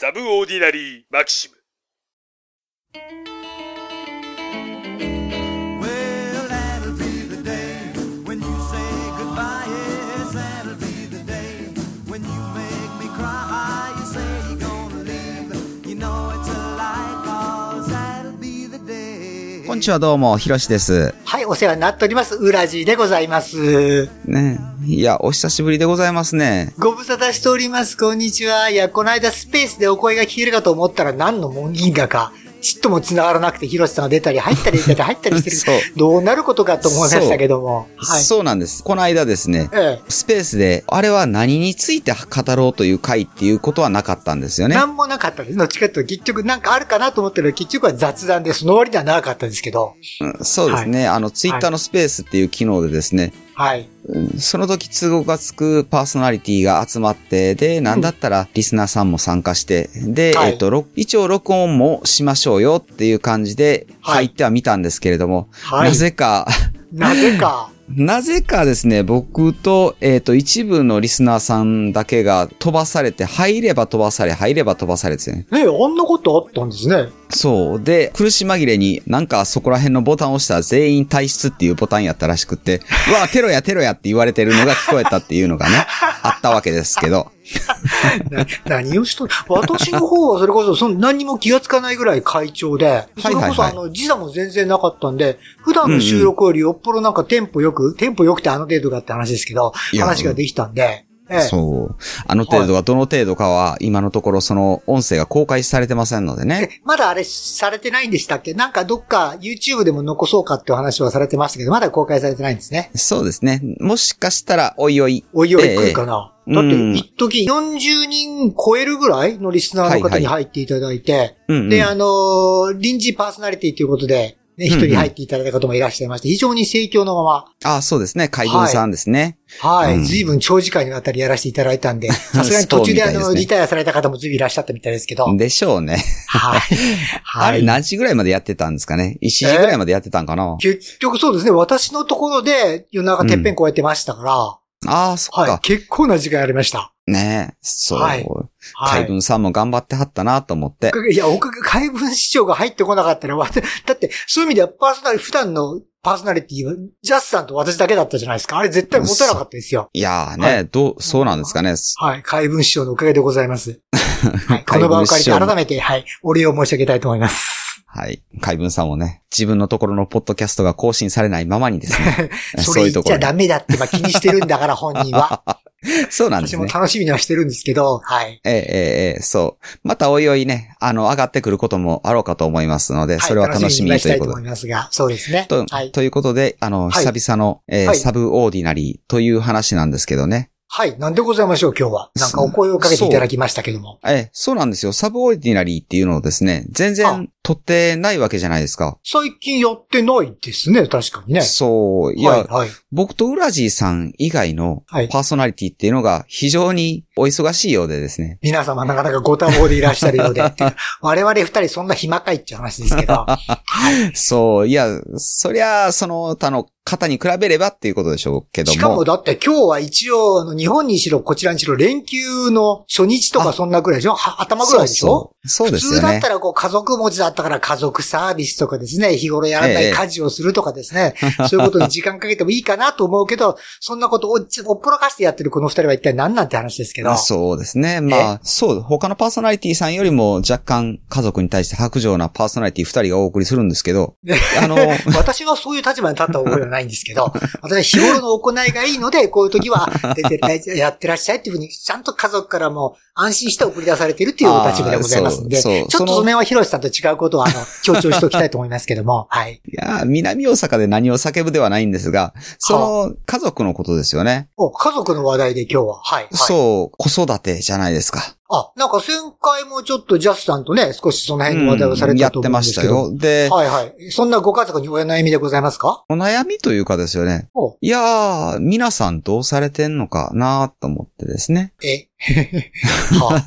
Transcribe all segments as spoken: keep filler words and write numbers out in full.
サブオーディナリーマキシム。 こんにちは、どうも、ひろしです。 はい、お世話になっております。ウラジーでございます。 ねいや、お久しぶりでございますね。 ご無沙汰しております。こんにちは。いや、この間スペースでお声が聞けるかと思ったら何の門銀河か。ちっとも繋がらなくて、ひろしさんが出たり、入ったり出たり、入ったりしてる。そう。どうなることかと思いましたけども。 はい。そうなんです。この間ですね、 ええ、 スペースで、あれは何について語ろうという回っていうことはなかったんですよね。 なんもなかったです。どっちかというと、結局なんかあるかなと思ったら、結局は雑談で、その割には長かったですけど。 うん、そうですね。はい、あの、ツイッターのスペースっていう機能でですね、 はい。 その時都合がつくパーソナリティが集まって、で、なんだったらリスナーさんも参加して、で、はい、えっと、一応録音もしましょうよっていう感じで入ってはみたんですけれども、はい、なぜか、 なぜか、 なぜかですね、僕と、えっと、一部のリスナーさんだけが飛ばされて、入れば飛ばされ、入れば飛ばされですね。 ねえ、あんなことあったんですね。 そう。で、苦し紛れになんかそこら辺のボタンを押したら全員退出っていうボタンやったらしくって、うわ、テロやテロやって言われてるのが聞こえたっていうのがね、あったわけですけど。 な何をしとる私の方はそれこそその何にも気がつかないぐらい快調で、それこそあの時差も全然なかったんで、普段の収録よりよっぽどなんかテンポよく、うんうん、テンポよくてあの程度かって話ですけど、話ができたんで、ええ、 そう。あの程度がどの程度かは、今のところその音声が公開されてませんのでね。 まだあれされてないんでしたっけ？なんかどっか YouTube でも残そうかっていう話はされてましたけど、まだ公開されてないんですね。 そうですね。もしかしたら、おいおい。 おいおい来るかな。ええ、だって、一時よんじゅうにん超えるぐらいのリスナーの方に入っていただいて、はいはいうんうん、で、あのー、臨時パーソナリティということで、ね、一人入っていただいた方もいらっしゃいまして、非常に盛況のまま。 ああ、そうですね。海軍さんですね。 はい。はい。随分長時間にわたりやらせていただいたんで、さすがに途中であの、リタイアされた方も随分いらっしゃったみたいですけど。 でしょうね。 はい。 はい。あれ何時ぐらいまでやってたんですかね ?いち 時ぐらいまでやってたんかな、 結局そうですね。私のところで夜中てっぺん超えてましたから。うんああ、そっか、 はい。結構な時間やりました。 ねえ、そう。はい。海軍さんも頑張ってはったなと思って。 いや、僕、海軍市長が入ってこなかったら、だって、そういう意味ではパーソナリティ、普段のパーソナリティは、ジャスさんと私だけだったじゃないですか。あれ絶対持てなかったですよ。 いやーね、はい、どう、そうなんですかね。 はい。海軍市長のおかげでございます。はい。この場を借りて改めて、はい、お礼を申し上げたいと思います。 はい。海軍さんもね、自分のところのポッドキャストが更新されないままにですね。 それ言っちゃダメだって、まあ、気にしてるんだから、本人は。 そうなんですね。 私も楽しみにはしてるんですけど、はい。 ええええそう。またおいおいね、あの、上がってくることもあろうかと思いますので、それは楽しみにということで。 はい、楽しみにしたいと思いますが、そうですね。 と、はい、ということで、あの、久々の、えーはい、サブオーディナリーという話なんですけどね。 はい。なんでございましょう、今日は。なんかお声をかけていただきましたけども。 ええ、そうなんですよ。サブオーディナリーっていうのをですね、全然撮ってないわけじゃないですか。 最近やってないですね、確かにね。 そう。いや、はいはい、僕とウラジーさん以外のパーソナリティっていうのが非常にお忙しいようでですね。 皆様なかなかご多忙でいらっしゃるようで。我々二人そんな暇かいって話ですけど。はい、 そう。いや、そりゃ、その他の方に比べればっていうことでしょうけども。 しかもだって今日は一応、あの日本にしろこちらにしろ連休の初日とかそんなぐらいでしょ？頭ぐらいでしょ？ そうそうですよね。 普通だったらこう家族持ちだったから家族サービスとかですね、日頃やらない家事をするとかですね、ええ、そういうことに時間かけてもいいかなと思うけど、そんなことをおっぽらかしてやってるこの二人は一体何なんて話ですけど。 そうですね。まあ、そう、他のパーソナリティさんよりも若干家族に対して白状なパーソナリティ二人がお送りするんですけど、 あの、私はそういう立場に立った覚えはないんですけど、私日頃の行いがいいので、こういう時は出てやってらっしゃいっていうふうに、ちゃんと家族からも安心して送り出されているっていうお立場でございますんで、ちょっとその辺はヒロシさんと違うことをあの強調しておきたいと思いますけども、はい。 いや、南大阪で何を叫ぶではないんですが、その家族のことですよね。 お、家族の話題で今日は、はい、はい。 そう、子育てじゃないですか。 あ、なんか前回もちょっとジャスさんとね、少しその辺の話題をされたと思うんですけど、うん、やってましたよ。で、はいはい。そんなご家族にお悩みでございますか？ お悩みというかですよね。いやー、皆さんどうされてんのかなと思ってですね。 えは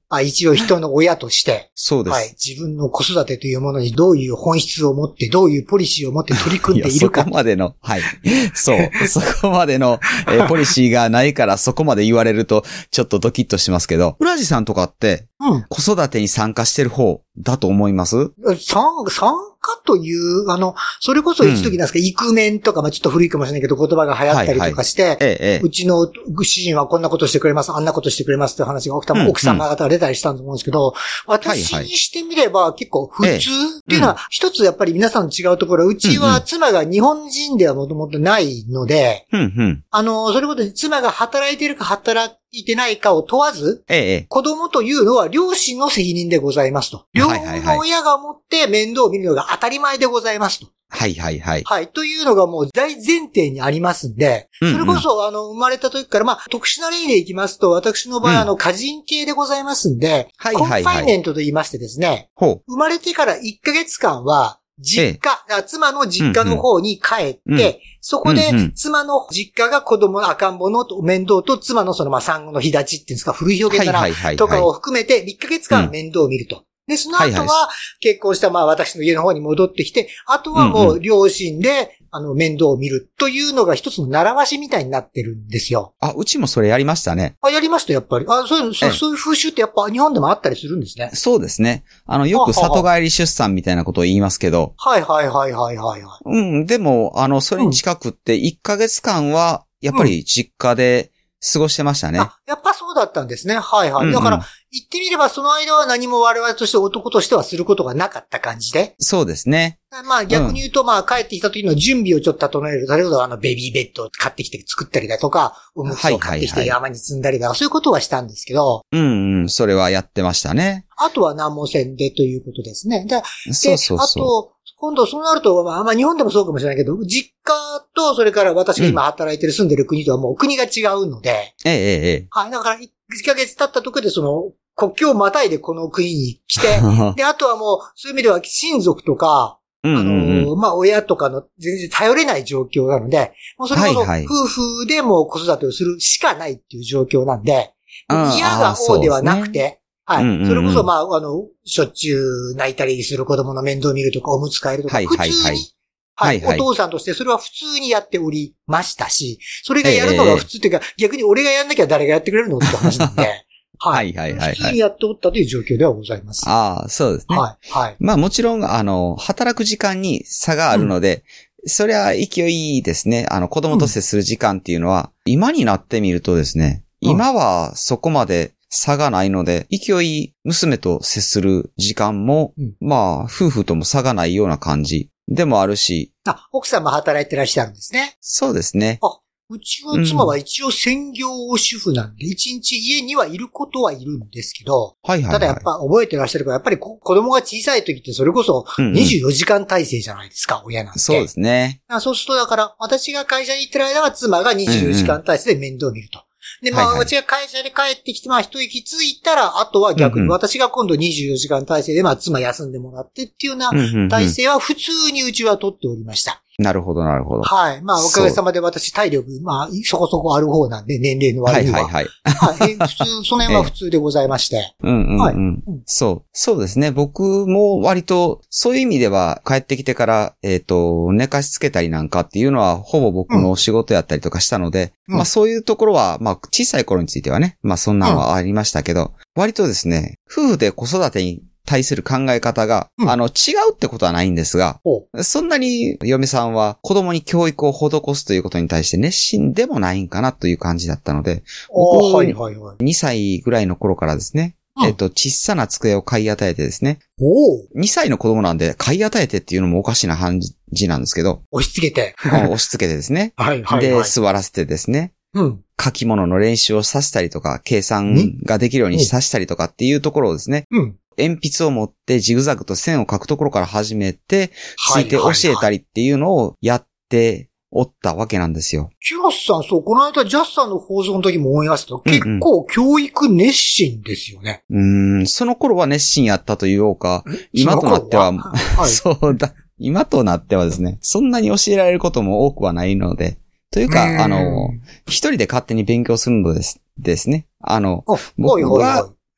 あ、一応人の親として、 そうです。 はい。自分の子育てというものにどういう本質を持って、どういうポリシーを持って取り組んでいるか。 いやそこまでの、はい。そう。そこまでの、えー、ポリシーがないからそこまで言われると、ちょっとドキッとしますけど、浦地さんとかって、うん、子育てに参加してる方だと思います？ 参、参加という、あの、それこそ一時なんですか、うん、イクメンとか、まあちょっと古いかもしれないけど言葉が流行ったりとかして、はいはいええ、うちの主人はこんなことしてくれます、あんなことしてくれますっていう話が起きた、うん、奥様方が出たりしたと思うんですけど、私にしてみれば結構普通っていうのは、一つやっぱり皆さんの違うところは、うちは妻が日本人ではもともとないので、うんうん、あの、それこそ妻が働いてるか働いてないかを問わず、ええ、子供というのは両親の責任でございますと。両方の親が持って面倒を見るのが当たり前でございますと。 はいはいはい。 はい。というのがもう大前提にありますんで、うんうん、それこそあの、生まれた時から、まあ、特殊な例でいきますと、私の場合、うん、あの、家人系でございますんで、はいはいはい、コンファイメントと言いましてですね、ほう生まれてからいっかげつかんは、実家、ええ、妻の実家の方に帰って、うんうん、そこで妻の実家が子供の赤ん坊の面倒と妻のそのまあ産後の日立ちっていうんですか、古い表現からとかを含めていっかげつかん面倒を見ると。で、その後は結婚したまあ私の家の方に戻ってきて、あとはもう両親で、あの、面倒を見るというのが一つの習わしみたいになってるんですよ。 あ、うちもそれやりましたね。 あ、やりました、やっぱり。あ、そういう、そうそういう風習ってやっぱ日本でもあったりするんですね。 そうですね。あの、よく里帰り出産みたいなことを言いますけど。 はいはいはいはいはい、はい。 うん、でも、あの、それに近くっていっかげつかんは、やっぱり実家で過ごしてましたね。うん、 あ、やっぱそうだったんですね。はいはい。うんうん、だから、言ってみればその間は何も我々として男としてはすることがなかった感じで。 そうですね。 まあ逆に言うと、まあ帰ってきた時の準備をちょっと整える。例えばあのベビーベッドを買ってきて作ったりだとか、おむつを買ってきて山に積んだりだとか、そういうことはしたんですけど。 うんうん、それはやってましたね。 あとは何もせんでということですね。で、 そうそうそう。 あと、今度そうなると、まあ、まあ日本でもそうかもしれないけど、実家とそれから私が今働いてる住んでる国とはもう国が違うので。 ええええ。 はい。だからいっかげつ経ったところでその、国境をまたいでこの国に来て、で、あとはもう、そういう意味では親族とか、うんうんうん、あの、まあ、親とかの全然頼れない状況なので、もうそれこそ夫婦でも子育てをするしかないっていう状況なんで、嫌が王ではなくて、ね、はい、うんうんうん。それこそ、まあ、あの、しょっちゅう泣いたりする子供の面倒を見るとか、おむつ替えるとか、はいはいはい、普通に、はい、はい、お父さんとしてそれは普通にやっておりましたし、それがやるのが普通っていうか、ええ、逆に俺がやんなきゃ誰がやってくれるのって話なんで、はい。はいはいはい、はい。普通にやっておったという状況ではございます。 ああ、そうですね。はい。はい。まあもちろん、あの、働く時間に差があるので、うん、それは勢いですね。あの、子供と接する時間っていうのは、うん、今になってみるとですね、今はそこまで差がないので、勢い娘と接する時間も、うん、まあ、夫婦とも差がないような感じでもあるし。 あ、奥さんも働いてらっしゃるんですね。 そうですね。 あ、うちの妻は一応専業主婦なんで、一日家にはいることはいるんですけど、はいはいはい、ただやっぱ覚えてらっしゃるから、やっぱり子供が小さい時ってそれこそにじゅうよじかん体制じゃないですか、うんうん、親なんて。 そうですね。 そうするとだから、私が会社に行ってる間は妻がにじゅうよじかん体制で面倒を見ると。で、まあ、はいはい、私が会社で帰ってきて、まあ、一息ついたら、あとは逆に私が今度にじゅうよじかん体制で、まあ、妻休んでもらってっていうような体制は普通にうちは取っておりました。 なるほど、なるほど。 はい。まあ、おかげさまで私体力、まあ、そこそこある方なんで、年齢の割には。はいはいはい。はい。普通、その辺は普通でございまして。 うんうんうん。はい。そう。そうですね。僕も割と、そういう意味では、帰ってきてから、えっと、寝かしつけたりなんかっていうのは、ほぼ僕の仕事やったりとかしたので、うん、まあそういうところは、まあ小さい頃についてはね、まあそんなのはありましたけど、うん、割とですね、夫婦で子育てに対する考え方が、うん、あの、違うってことはないんですが、そんなに嫁さんは子供に教育を施すということに対して熱心でもないんかなという感じだったので、僕、はいはいはい、にさいぐらいの頃からですね、うん、えっと、小さな机を買い与えてですね、おにさいの子供なんで買い与えてっていうのもおかしな感じなんですけど、 押し付けて。 押し付けてですね。はいはいはい、で、座らせてですね、うん、書き物の練習をさせたりとか、計算ができるようにさせたりとかっていうところをですね、うん、鉛筆を持ってジグザグと線を書くところから始めて、ついて教えたりっていうのをやっておったわけなんですよ。 ジャスさん、そう、この間ジャスさんの放送の時も思いましたけど、結構教育熱心ですよね。 うん、うーん、その頃は熱心やったというか、今となっては、はい、そうだ、今となってはですね、そんなに教えられることも多くはないので、というか、あの、一人で勝手に勉強するのです、ですね。あの、僕は、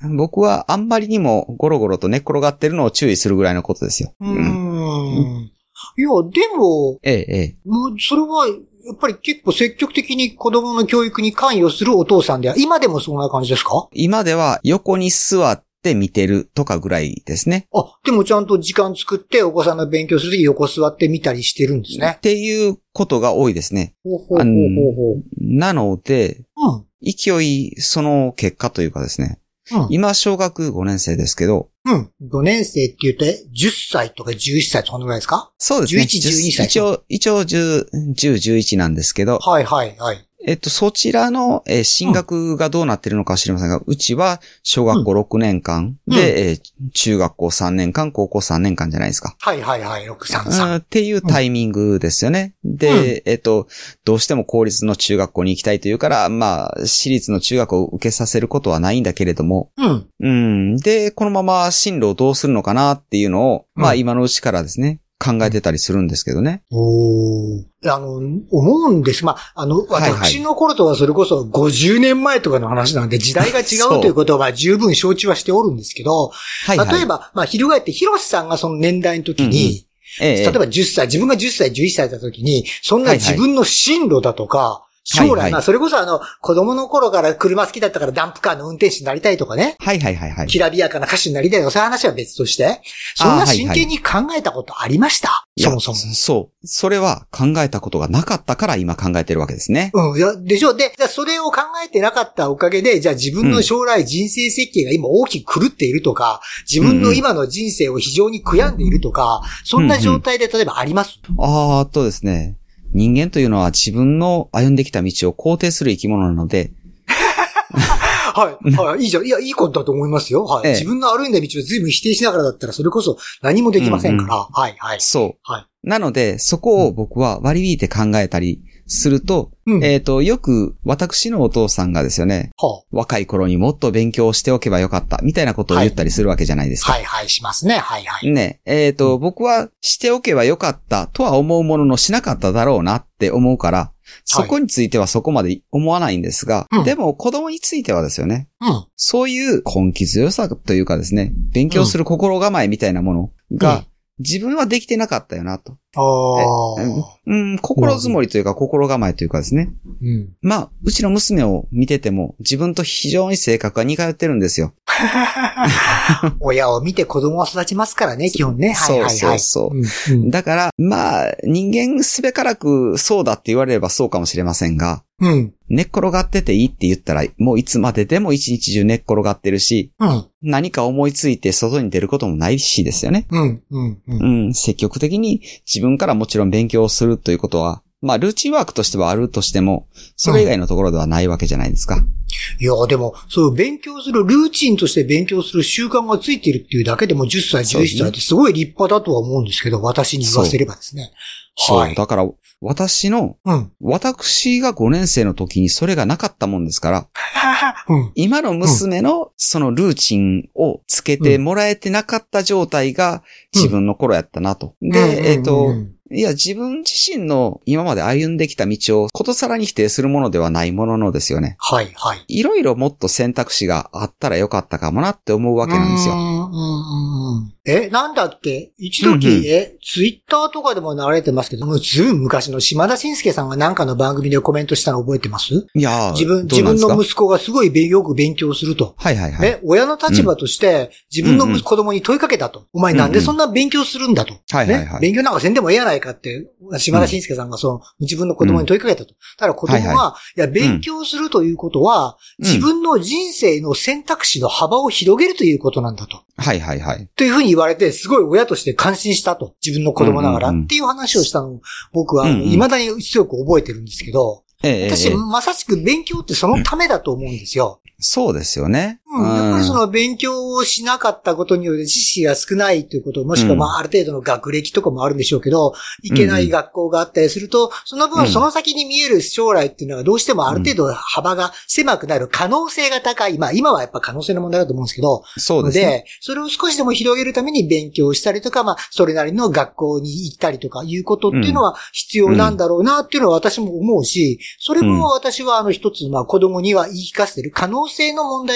僕はあんまりにもゴロゴロと寝っ転がってるのを注意するぐらいのことですよ。 うーん。うん、いや、でも、 ええ、ええ。 もう、それは、やっぱり結構積極的に子供の教育に関与するお父さんでは、今でもそんな感じですか？ 今では横に座って見てるとかぐらいですね。 あ、でもちゃんと時間作ってお子さんの勉強するとき横座って見たりしてるんですね。 っていうことが多いですね。 ほうほうほうほうほう。 なので、 うん。 勢い、その結果というかですね。うん、今、小学ごねん生ですけど。 うん。ごねん生って言って、じゅっさいとかじゅういっさいとかのぐらいですか？ そうですね。 じゅういち、じゅうにさい。 一応、一応じゅう、じゅう、じゅういちなんですけど。 はいはいはい。 えっと、そちらの、えー、進学がどうなってるのか知りませんが、うん、うちは小学校ろくねんかんで、うんえー、中学校さんねんかん、高校さんねんかんじゃないですか。 はいはいはい、ろくさんさん。 っていうタイミングですよね。うん、で、えっと、どうしても公立の中学校に行きたいというから、まあ、私立の中学を受けさせることはないんだけれども、うん。うん。で、このまま進路をどうするのかなっていうのを、うん、まあ今のうちからですね、考えてたりするんですけどね。 おー。あの、思うんです。まあ、あの、私の頃とはそれこそごじゅうねんまえとかの話なんで時代が違うということはまあ十分承知はしておるんですけど、はいはい、例えば、まあ、翻ってヒロシさんがその年代の時に、うんうんええ、例えばじゅっさい、自分がじゅっさい、じゅういっさいだった時に、そんな自分の進路だとか、はいはい将来、はいはい、まあ、それこそあの、子供の頃から車好きだったからダンプカーの運転手になりたいとかね。 はいはいはいはい。 きらびやかな歌手になりたいとか、そういう話は別として。そんな真剣に考えたことありました、はいはい、そもそも。 そう。それは考えたことがなかったから今考えてるわけですね。 うん。いや、でしょ。で、じゃあそれを考えてなかったおかげで、じゃあ自分の将来人生設計が今大きく狂っているとか、自分の今の人生を非常に悔やんでいるとか、そんな状態で例えばあります？ うんうん、あーっとですね。人間というのは自分の歩んできた道を肯定する生き物なので。 はい。はい。いいじゃん。いや、いいことだと思いますよ。はい。ええ、自分の歩んだ道を随分否定しながらだったら、それこそ何もできませんから。うんうん、はい、はい。 そう。 はい。 なので、そこを僕は割り引いて考えたりすると、うん、えっと、よく私のお父さんがですよね、はあ、若い頃にもっと勉強しておけばよかった、みたいなことを言ったりするわけじゃないですか。 はい、はい、はい、しますね。はい、はい。 ね。えっと、うん、僕はしておけばよかったとは思うもののしなかっただろうなって思うから、そこについてはそこまで思わないんですが、はい、でも子供についてはですよね、うん、そういう根気強さというかですね、勉強する心構えみたいなものが、うん自分はできてなかったよなと。 あうん、心づもりというか心構えというかですね。うん、まあ、うちの娘を見てても自分と非常に性格が似通ってるんですよ。 親を見て子供は育ちますからね、基本ね。はいはいはい。 そうそうそう。うんうん、だから、まあ、人間すべからくそうだって言われればそうかもしれませんが、うん、寝っ転がってていいって言ったら、もういつまででも一日中寝っ転がってるし、うん、何か思いついて外に出ることもないしですよね。うん、うん、うん。うん、積極的に自分からもちろん勉強をするということは、まあ、ルーチンワークとしてはあるとしても、それ以外のところではないわけじゃないですか。うん、 いや、でも、そういう勉強する、ルーチンとして勉強する習慣がついているっていうだけでもじゅっさい、じゅういっさいってすごい立派だとは思うんですけど、私に言わせればですね。 そう。はい、だから、私の、うん、私がごねん生の時にそれがなかったもんですから、うん、今の娘のそのルーチンをつけてもらえてなかった状態が自分の頃やったなと。うん、で、えっと、いや、自分自身の今まで歩んできた道をことさらに否定するものではないもののですよね。 はい、はい。 いろいろもっと選択肢があったらよかったかもなって思うわけなんですよ。 うんうんうん、え、なんだっけ一時、うんうん、え、ツイッターとかでも流れてますけど、もうずいぶん昔の島田紳介さんがなんかの番組でコメントしたの覚えてます？いや自分、自分の息子がすごいよく勉強すると。はいはいはい。ね、親の立場として自分の子供に問いかけたと。うんうん、お前なんでそんな勉強するんだと。はいはいはい。勉強なんかせんでもええやないかって、島田紳介さんがその自分の子供に問いかけたと。ただ子供は、はいはい、いや、勉強するということは、うん、自分の人生の選択肢の幅を広げるということなんだと。 はいはいはい。 というふうに言われて、すごい親として感心したと。自分の子供ながらっていう話をしたのを、僕は未だに強く覚えてるんですけど、ええ、私、ええ、まさしく勉強ってそのためだと思うんですよ。 そうですよね。 うん。やっぱりその勉強をしなかったことによって知識が少ないということ、もしくはまあある程度の学歴とかもあるんでしょうけど、いけない学校があったりすると、その分その先に見える将来っていうのはどうしてもある程度幅が狭くなる可能性が高い。まあ今はやっぱ可能性の問題だと思うんですけど、 そうですね。で、 それを少しでも広げるために勉強したりとか、まあそれなりの学校に行ったりとかいうことっていうのは必要なんだろうなっていうのは私も思うし、それも私はあの一つまあ子供には言い聞かせてる可能性の問題ですよと。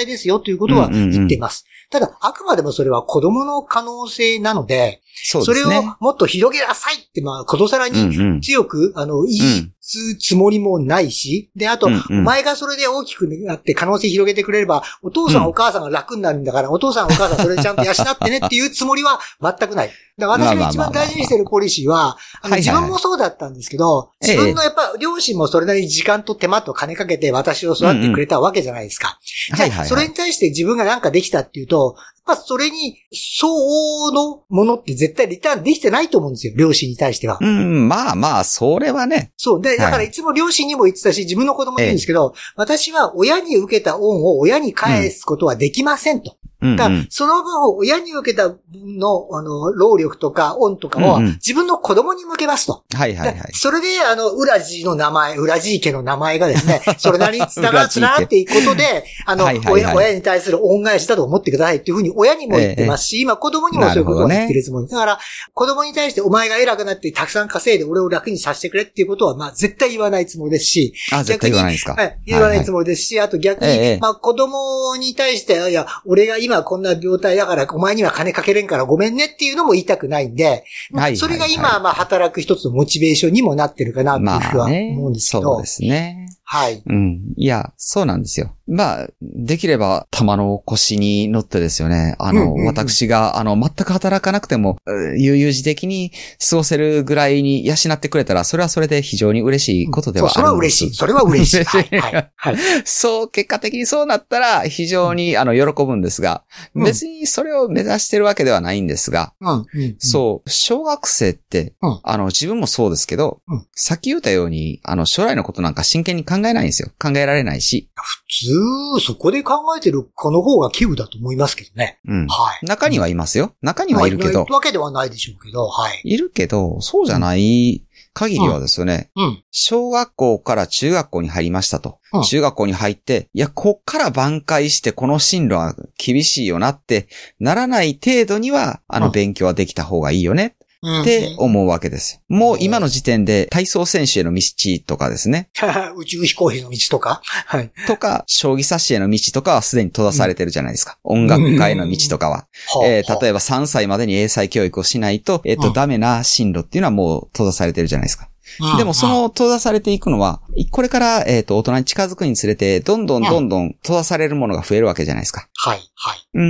ということは言っています。うんうんうん、ただ、あくまでもそれは子供の可能性なので、そうですね、それをもっと広げなさいって、まあ、ことさらに強く、うんうん、あの、言いつつもりもないし、で、あと、うんうん、お前がそれで大きくなって可能性広げてくれれば、お父さんお母さんが楽になるんだから、うん、お父さんお母さんそれちゃんと養ってねっていうつもりは全くない。だから私が一番大事にしているポリシーは、あの、自分もそうだったんですけど、自分のやっぱ両親もそれなりに時間と手間と金かけて私を育ってくれたわけじゃないですか。うんうん、じゃあ、それに対して自分がなんかできたっていうと、やっぱそれに相応のものって絶対リターンできてないと思うんですよ、両親に対しては。 うん、まあまあ、それはね。 そう。で、だからいつも両親にも言ってたし、自分の子供に言うんですけど、私は親に受けた恩を親に返すことはできませんと。うん、だからその分を親に受けた分の、あの、労力とか恩とかを自分の子供に向けますと。 はいはいはい。 それで、あの、ウラジーの名前、ウラジー家の名前がですね、それなりにつながっていくことで、あの、はいはいはい、親、親に対する恩返しだと思ってくださいっていうふうに親にも言ってますし、ええ、今子供にもそういうことを言ってるつもり。ね、だから、子供に対してお前が偉くなってたくさん稼いで俺を楽にさせてくれっていうことは、まあ絶対言わないつもりですし、 あ、絶対言わないですか。 はい、言わないつもりですし、はいはい、あと逆に、ええ、まあ子供に対して、いや、俺が今こんな病態だからお前には金かけれんからごめんねっていうのも言いたくないんで、まあ、それが今、まあ働く一つのモチベーションにもなってるかなというふうは思うんですけど。 まあね、そうですね。 はい。 うん。いや、そうなんですよ。まあ、できれば、玉の腰に乗ってですよね。あの、うんうんうん、私が、あの、全く働かなくても、悠々自適に過ごせるぐらいに養ってくれたら、それはそれで非常に嬉しいことではあるんです。 うん、それは嬉しい。それは嬉しい。はい。はい。はい、 そう、結果的にそうなったら、非常に、あの、喜ぶんですが、うん、別にそれを目指してるわけではないんですが、うんうんうん、そう、小学生って、うん、あの、自分もそうですけど、うん、さっき言ったように、あの、将来のことなんか真剣に考えないんですよ。考えられないし。 普通、そこで考えてる子の方が稀有だと思いますけどね。 うん。はい。中にはいますよ。中にはいるけど。 いるわけではないでしょうけど、はい。 いるけど、そうじゃない限りはですよね。うん。うん、小学校から中学校に入りましたと。うん、中学校に入って、いや、こっから挽回してこの進路は厳しいよなってならない程度には、あの勉強はできた方がいいよね。って思うわけです。もう今の時点で体操選手への道とかですね。 宇宙飛行士の道とか。はい。 とか、将棋指しへの道とかはすでに閉ざされてるじゃないですか。うん、音楽家への道とかは。うん、えー、例えばさんさいまでに英才教育をしないと、えっと、うん、ダメな進路っていうのはもう閉ざされてるじゃないですか。でもその閉ざされていくのは、これから、えっと、大人に近づくにつれて、どんどんどんどん閉ざされるものが増えるわけじゃないですか。 はい、はい。 うん。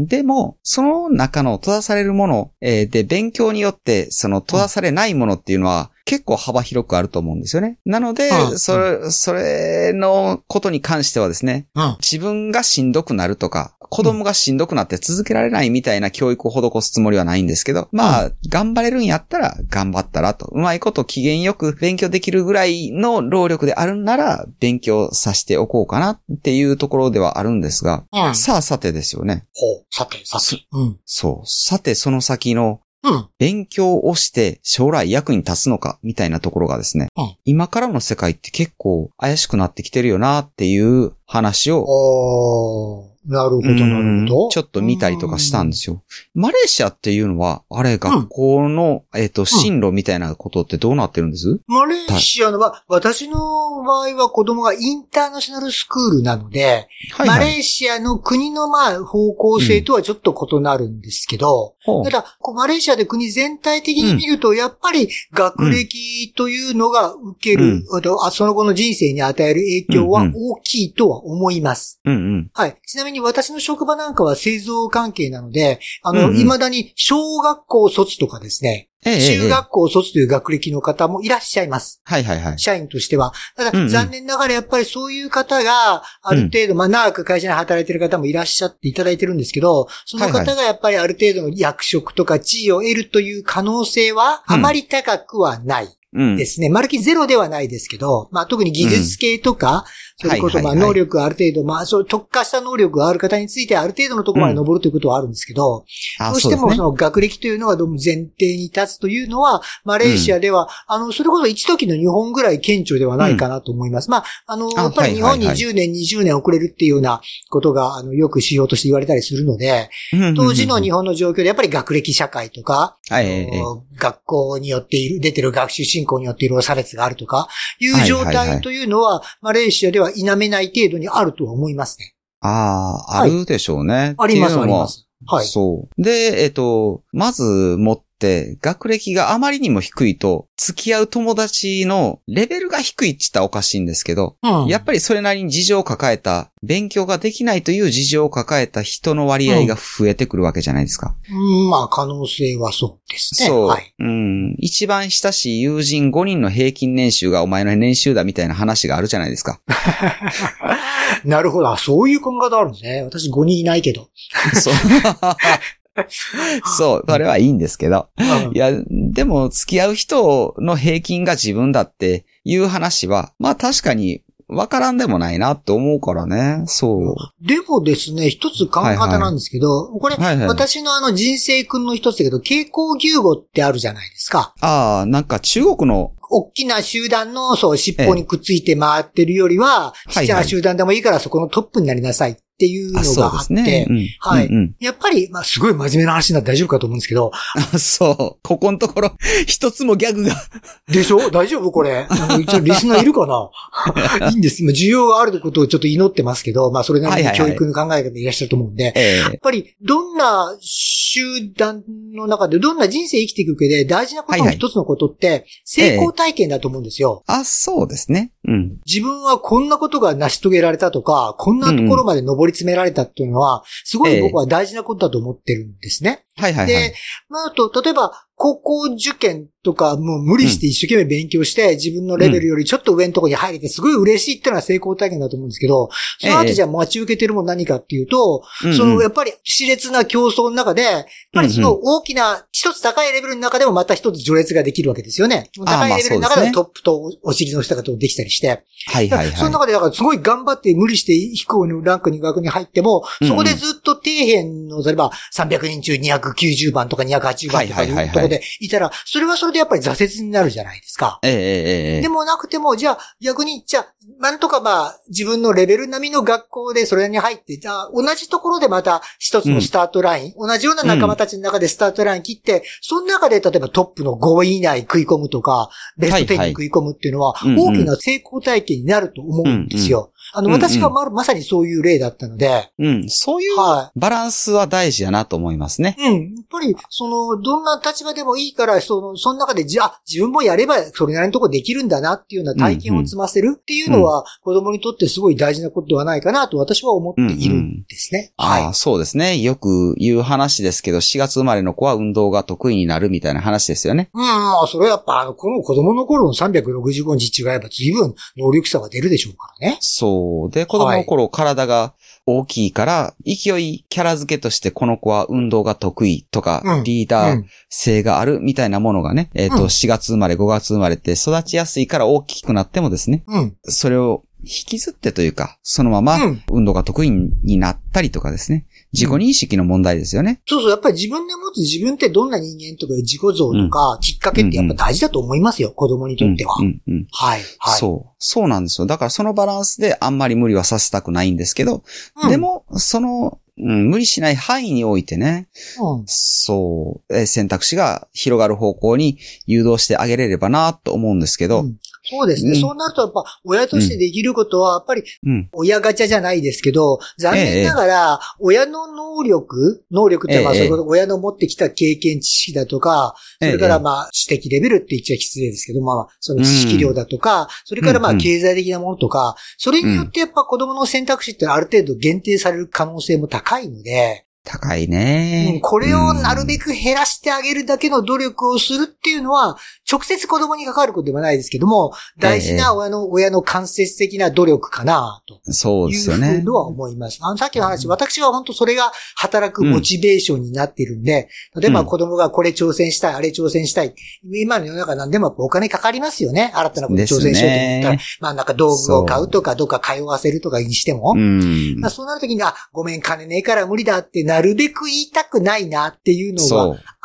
でも、その中の閉ざされるもの、えー、で、勉強によって、その閉ざされないものっていうのは、結構幅広くあると思うんですよね。なので、うん、それ、それのことに関してはですね、うん、自分がしんどくなるとか、子供がしんどくなって続けられないみたいな教育を施すつもりはないんですけど、まあ、頑張れるんやったら頑張ったらと。うまいこと機嫌よく勉強できるぐらいの労力であるなら、勉強させておこうかなっていうところではあるんですが、うん、さあさてですよね。 ほう、さて、さて。 うん、そう。さて、その先の、うん、勉強をして将来役に立つのかみたいなところがですね、うん、今からの世界って結構怪しくなってきてるよなっていう話を、 なるほど、なるほど。 ちょっと見たりとかしたんですよ。マレーシアっていうのは、あれ、学校の、うん、えっと、進路みたいなことってどうなってるんです、うん、 マレーシアのは、私の場合は子供がインターナショナルスクールなので、はいはい、マレーシアの国のまあ方向性とはちょっと異なるんですけど、うん、ただ、マレーシアで国全体的に見ると、やっぱり学歴というのが受ける、うん、その後の人生に与える影響は大きいとは思います。 うんうん、 はい。ちなみに私の職場なんかは製造関係なので、あの、うんうん、未だに小学校卒とかですね、ええ、中学校卒という学歴の方もいらっしゃいます。 はいはいはい。 社員としては。ただ、うんうん、残念ながらやっぱりそういう方が、ある程度、うん、まあ長く会社に働いている方もいらっしゃっていただいてるんですけど、その方がやっぱりある程度の役職とか地位を得るという可能性はあまり高くはない。ですね。まるっきりゼロではないですけど、まあ特に技術系とか、うん、それこそまあ能力がある程度、まあそう特化した能力がある方についてある程度のところまで登るということはあるんですけど、うん、どうしてもその学歴というのがどうも前提に立つというのは、マレーシアでは、うん、あの、それこそ一時の日本ぐらい顕著ではないかなと思います。うん、まあ、あの、やっぱり日本にじゅうねん、にじゅうねん遅れるっていうようなことが、あの、よく指標として言われたりするので、当時の日本の状況でやっぱり学歴社会とか、はい、学校によっている、出てる学習進行によっている差別があるとか、いう状態というのは、マレーシアでは否めない程度にあるとは思いますね。 ああ、あるでしょうね。 あります、あります。 はい。そう。で、えっと、まず持って、学歴があまりにも低いと、付き合う友達のレベルが低いって言ったらおかしいんですけど、うん、やっぱりそれなりに事情を抱えた、勉強ができないという事情を抱えた人の割合が増えてくるわけじゃないですか。 うん、まあ、可能性はそうですね。 そう。 はい。 うん。一番親しい友人ごにんの平均年収がお前の年収だみたいな話があるじゃないですか。 なるほど。そういう考え方あるんですね。私ごにんいないけど。 そう。そう、それはいいんですけど。うん、いや、でも付き合う人の平均が自分だっていう話は、まあ確かにわからんでもないなって思うからね。そう。 でもですね、一つ考え方なんですけど、はいはい、これ、はいはい、私のあの人生訓の一つだけど、傾向牛語ってあるじゃないですか。 ああ、なんか中国の大きな集団の、そう、尻尾にくっついて回ってるよりは、ええ、ちっちゃな集団でもいいからそこのトップになりなさいっていうのがあって、ねうん、はい、うんうん。やっぱり、まあ、すごい真面目な話になって大丈夫かと思うんですけど。 そう。ここのところ、一つもギャグが。 でしょ大丈夫これ。あの一応リスナーいるかないいんです。需要があることをちょっと祈ってますけど、まあ、それなりに教育の考え方でいらっしゃると思うんで、はいはいはい、やっぱり、どんな集団の中で、どんな人生生きていく上で大事なことの一つのことって、成功体験だと思うんですよ。 ええ、あ、そうですね。うん。 自分はこんなことが成し遂げられたとか、こんなところまで上り詰められたっていうのは、すごい僕は大事なことだと思ってるんですね。 はいはいはい。 で、まあ、あと、例えば、高校受験とか、もう無理して一生懸命勉強して、うん、自分のレベルよりちょっと上のところに入れて、すごい嬉しいっていうのは成功体験だと思うんですけど、その後じゃあ待ち受けてるもの何かっていうと、ええ、その、やっぱり熾烈な競争の中で、やっぱりその大きな、一つ高いレベルの中でもまた一つ序列ができるわけですよね。高いレベルの中でトップとお尻の下ができたりして。 はいはいはい。 その中で、だからすごい頑張って無理して飛行のランクに学に入っても、そこでずっと底辺の、例えばさんびゃくにん中にひゃくきゅうじゅうばんとかにひゃくはちじゅうばんとかいうところでいたら、それはそれでやっぱり挫折になるじゃないですか。 ええええ。 でもなくても、じゃあ逆に、じゃあ、なんとかまあ、自分のレベル並みの学校でそれに入って、じゃあ同じところでまた一つのスタートライン、うん、同じような仲間たちの中でスタートライン切って、その中で例えばトップのごい以内食い込むとか、ベストじゅうに食い込むっていうのは、大きな成功体験になると思うんですよ。うんうんあの、私が ま, まさにそういう例だったので。 うん。そういうバランスは大事やなと思いますね。 はい、うん。やっぱり、その、どんな立場でもいいから、その、その中で、じゃあ、自分もやれば、それなりのとこできるんだなっていうような体験を積ませるっていうのは、うんうん、子供にとってすごい大事なことではないかなと私は思っているんですね。 うんうん、はい。ああ、そうですね。よく言う話ですけど、しがつ生まれの子は運動が得意になるみたいな話ですよね。 うん、まあ、それはやっぱ、あの、この子供の頃のさんびゃくろくじゅうごにち違えば随分能力差が出るでしょうからね。 そう。で、子供の頃、体が大きいから、勢いキャラ付けとしてこの子は運動が得意とか、うん、リーダー性があるみたいなものがね、うん、えっと、しがつ生まれ、ごがつ生まれって育ちやすいから大きくなってもですね、うん、それを引きずってというか、そのまま運動が得意になったりとかですね、自己認識の問題ですよね。 そうそう、やっぱり自分で持つ自分ってどんな人間とか自己像とか、きっかけってやっぱ大事だと思いますよ、うんうん、子供にとっては、うんうんうん。はい、はい。 そう。そうなんですよ。だからそのバランスであんまり無理はさせたくないんですけど、うん、でも、その、うん、無理しない範囲においてね、うん、そう、え選択肢が広がる方向に誘導してあげれればなと思うんですけど、うんそうですね、うん。そうなるとやっぱ親としてできることはやっぱり親ガチャじゃないですけど、うん、残念ながら親の能力、能力ってまあそれこそ親の持ってきた経験知識だとか、それからまあ知的レベルって言っちゃ失礼ですけど、まあその知識量だとか、それからまあ経済的なものとか、それによってやっぱ子供の選択肢ってある程度限定される可能性も高いので、 高いね、 うん。これをなるべく減らしてあげるだけの努力をするっていうのは、直接子供に関わることではないですけども、大事な親の、ええ、親の間接的な努力かなと。 そうですよね。 いうのは思います。あの、さっきの話、うん、私は本当それが働くモチベーションになっているんで、うん、例えば子供がこれ挑戦したい、あれ挑戦したい。今の世の中何でもお金かかりますよね。新たなこと挑戦しようと思ったら。まあなんか道具を買うとか、どっか通わせるとかにしても。うん、まあ、そうなるときに、あ、ごめん金ねえから無理だってなるべく言いたくないなっていうのは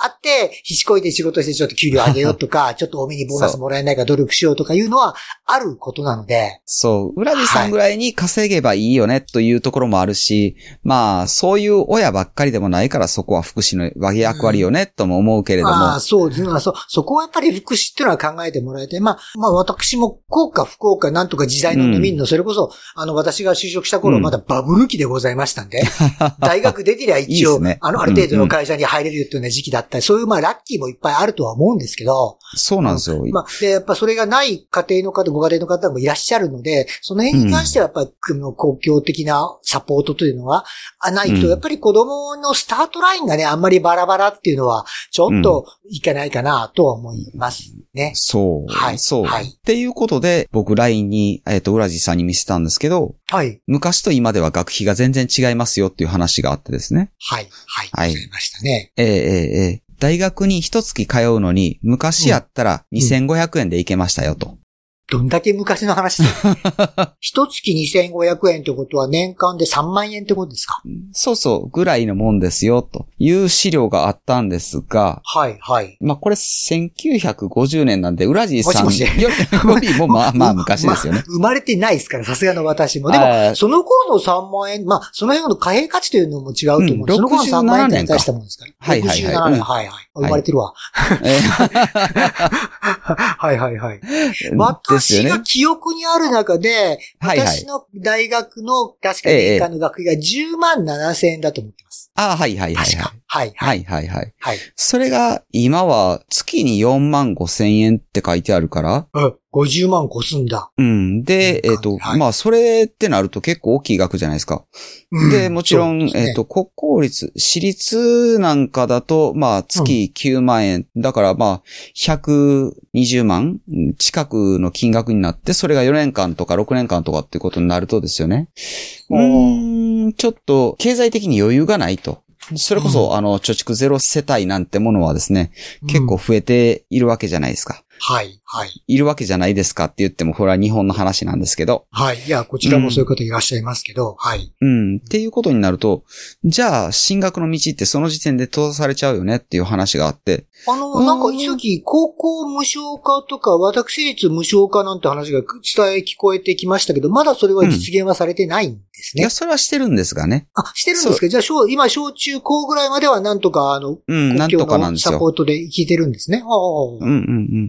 あって、ひしこいて仕事してちょっと給料上げようとか、ちょっと多めにボーナスもらえないから努力しようとかいうのはあることなので。 そう。浦地さんぐらいに稼げばいいよねというところもあるし、はい、まあ、そういう親ばっかりでもないからそこは福祉の役割よね、うん、とも思うけれども。 ああ、そうですね。そ、そこはやっぱり福祉っていうのは考えてもらえて、まあ、まあ私も幸か不幸かなんとか時代の飲みんの、うん、それこそ、あの私が就職した頃まだバブル期でございましたんで、うん、大学出てりゃ一応、いいね、あの、ある程度の会社に入れるっていうような時期だったり、そういうまあラッキーもいっぱいあるとは思うんですけど。 そうなんですよ。 まあ、で、やっぱそれがない家庭の方、ご家庭の方もいらっしゃるので、その辺に関してはやっぱり、うん、公共的なサポートというのはないと、やっぱり子供のスタートラインがね、あんまりバラバラっていうのは、ちょっといけないかなとは思いますね。うん、 そう。 はい。 そう。 はい。 っていうことで、僕 ライン に、えっと、浦地さんに見せたんですけど、 はい。 昔と今では学費が全然違いますよっていう話があってですね。 はい。はい。はい。わかりましたね。 ええええええ。大学に一月通うのに、昔やったらにせんごひゃくえんで行けましたよと。うんうん、 どんだけ昔の話ですか一月にせんごひゃくえんってことは年間でさんまんえんってことですか？ そうそう、ぐらいのもんですよ、という資料があったんですが。 はい、はい。 まあ、これせんきゅうひゃくごじゅうねんなんで、浦地さんもしもしよりもまあまあ昔ですよね。 まあ、生まれてないですから、さすがの私も。でも、その頃のさんまんえん、まあ、その辺の貨幣価値というのも違うと思う。うん、その頃のさんまんえんって大したもんですから。 はいはいはい。 ろくじゅうななねん、はいはい。生まれてるわ。はいはいはい。私が記憶にある中で、私の大学の確か年間の学費がじゅうまんななせんえんだと思ってます。 ああ、はいはいはい。 確か。はいはい。はいはいはい。はい。それが今は月によんまんごせんえんって書いてあるから。 うん。ごじゅうまん越すんだ。 うん。で、えっと、はい、まあ、それってなると結構大きい額じゃないですか。うん、で、もちろん、ね、えっと、国公立、私立なんかだと、まあ、月きゅうまんえん。うん、だから、まあ、ひゃくにじゅうまん近くの金額になって、それがよねんかんとかろくねんかんとかっていうことになるとですよね。うーん、ちょっと、経済的に余裕がないと。それこそ、うん、あの、貯蓄ゼロ世帯なんてものはですね、結構増えているわけじゃないですか。 はい、はい。 いるわけじゃないですかって言っても、これは日本の話なんですけど。 はい。いや、こちらもそういう方いらっしゃいますけど、うん、はい。 うん。っていうことになると、じゃあ、進学の道ってその時点で閉ざされちゃうよねっていう話があって。 あの、なんか一時、高校無償化とか、私立無償化なんて話が伝え聞こえてきましたけど、まだそれは実現はされてないんですね。 うん、いや、それはしてるんですがね。 あ、してるんですか？じゃあ、小、今、小中高ぐらいまではなんとか、あの、 うん、なんとかなんですよ。 サポートで聞いてるんですね。 うんうんうん。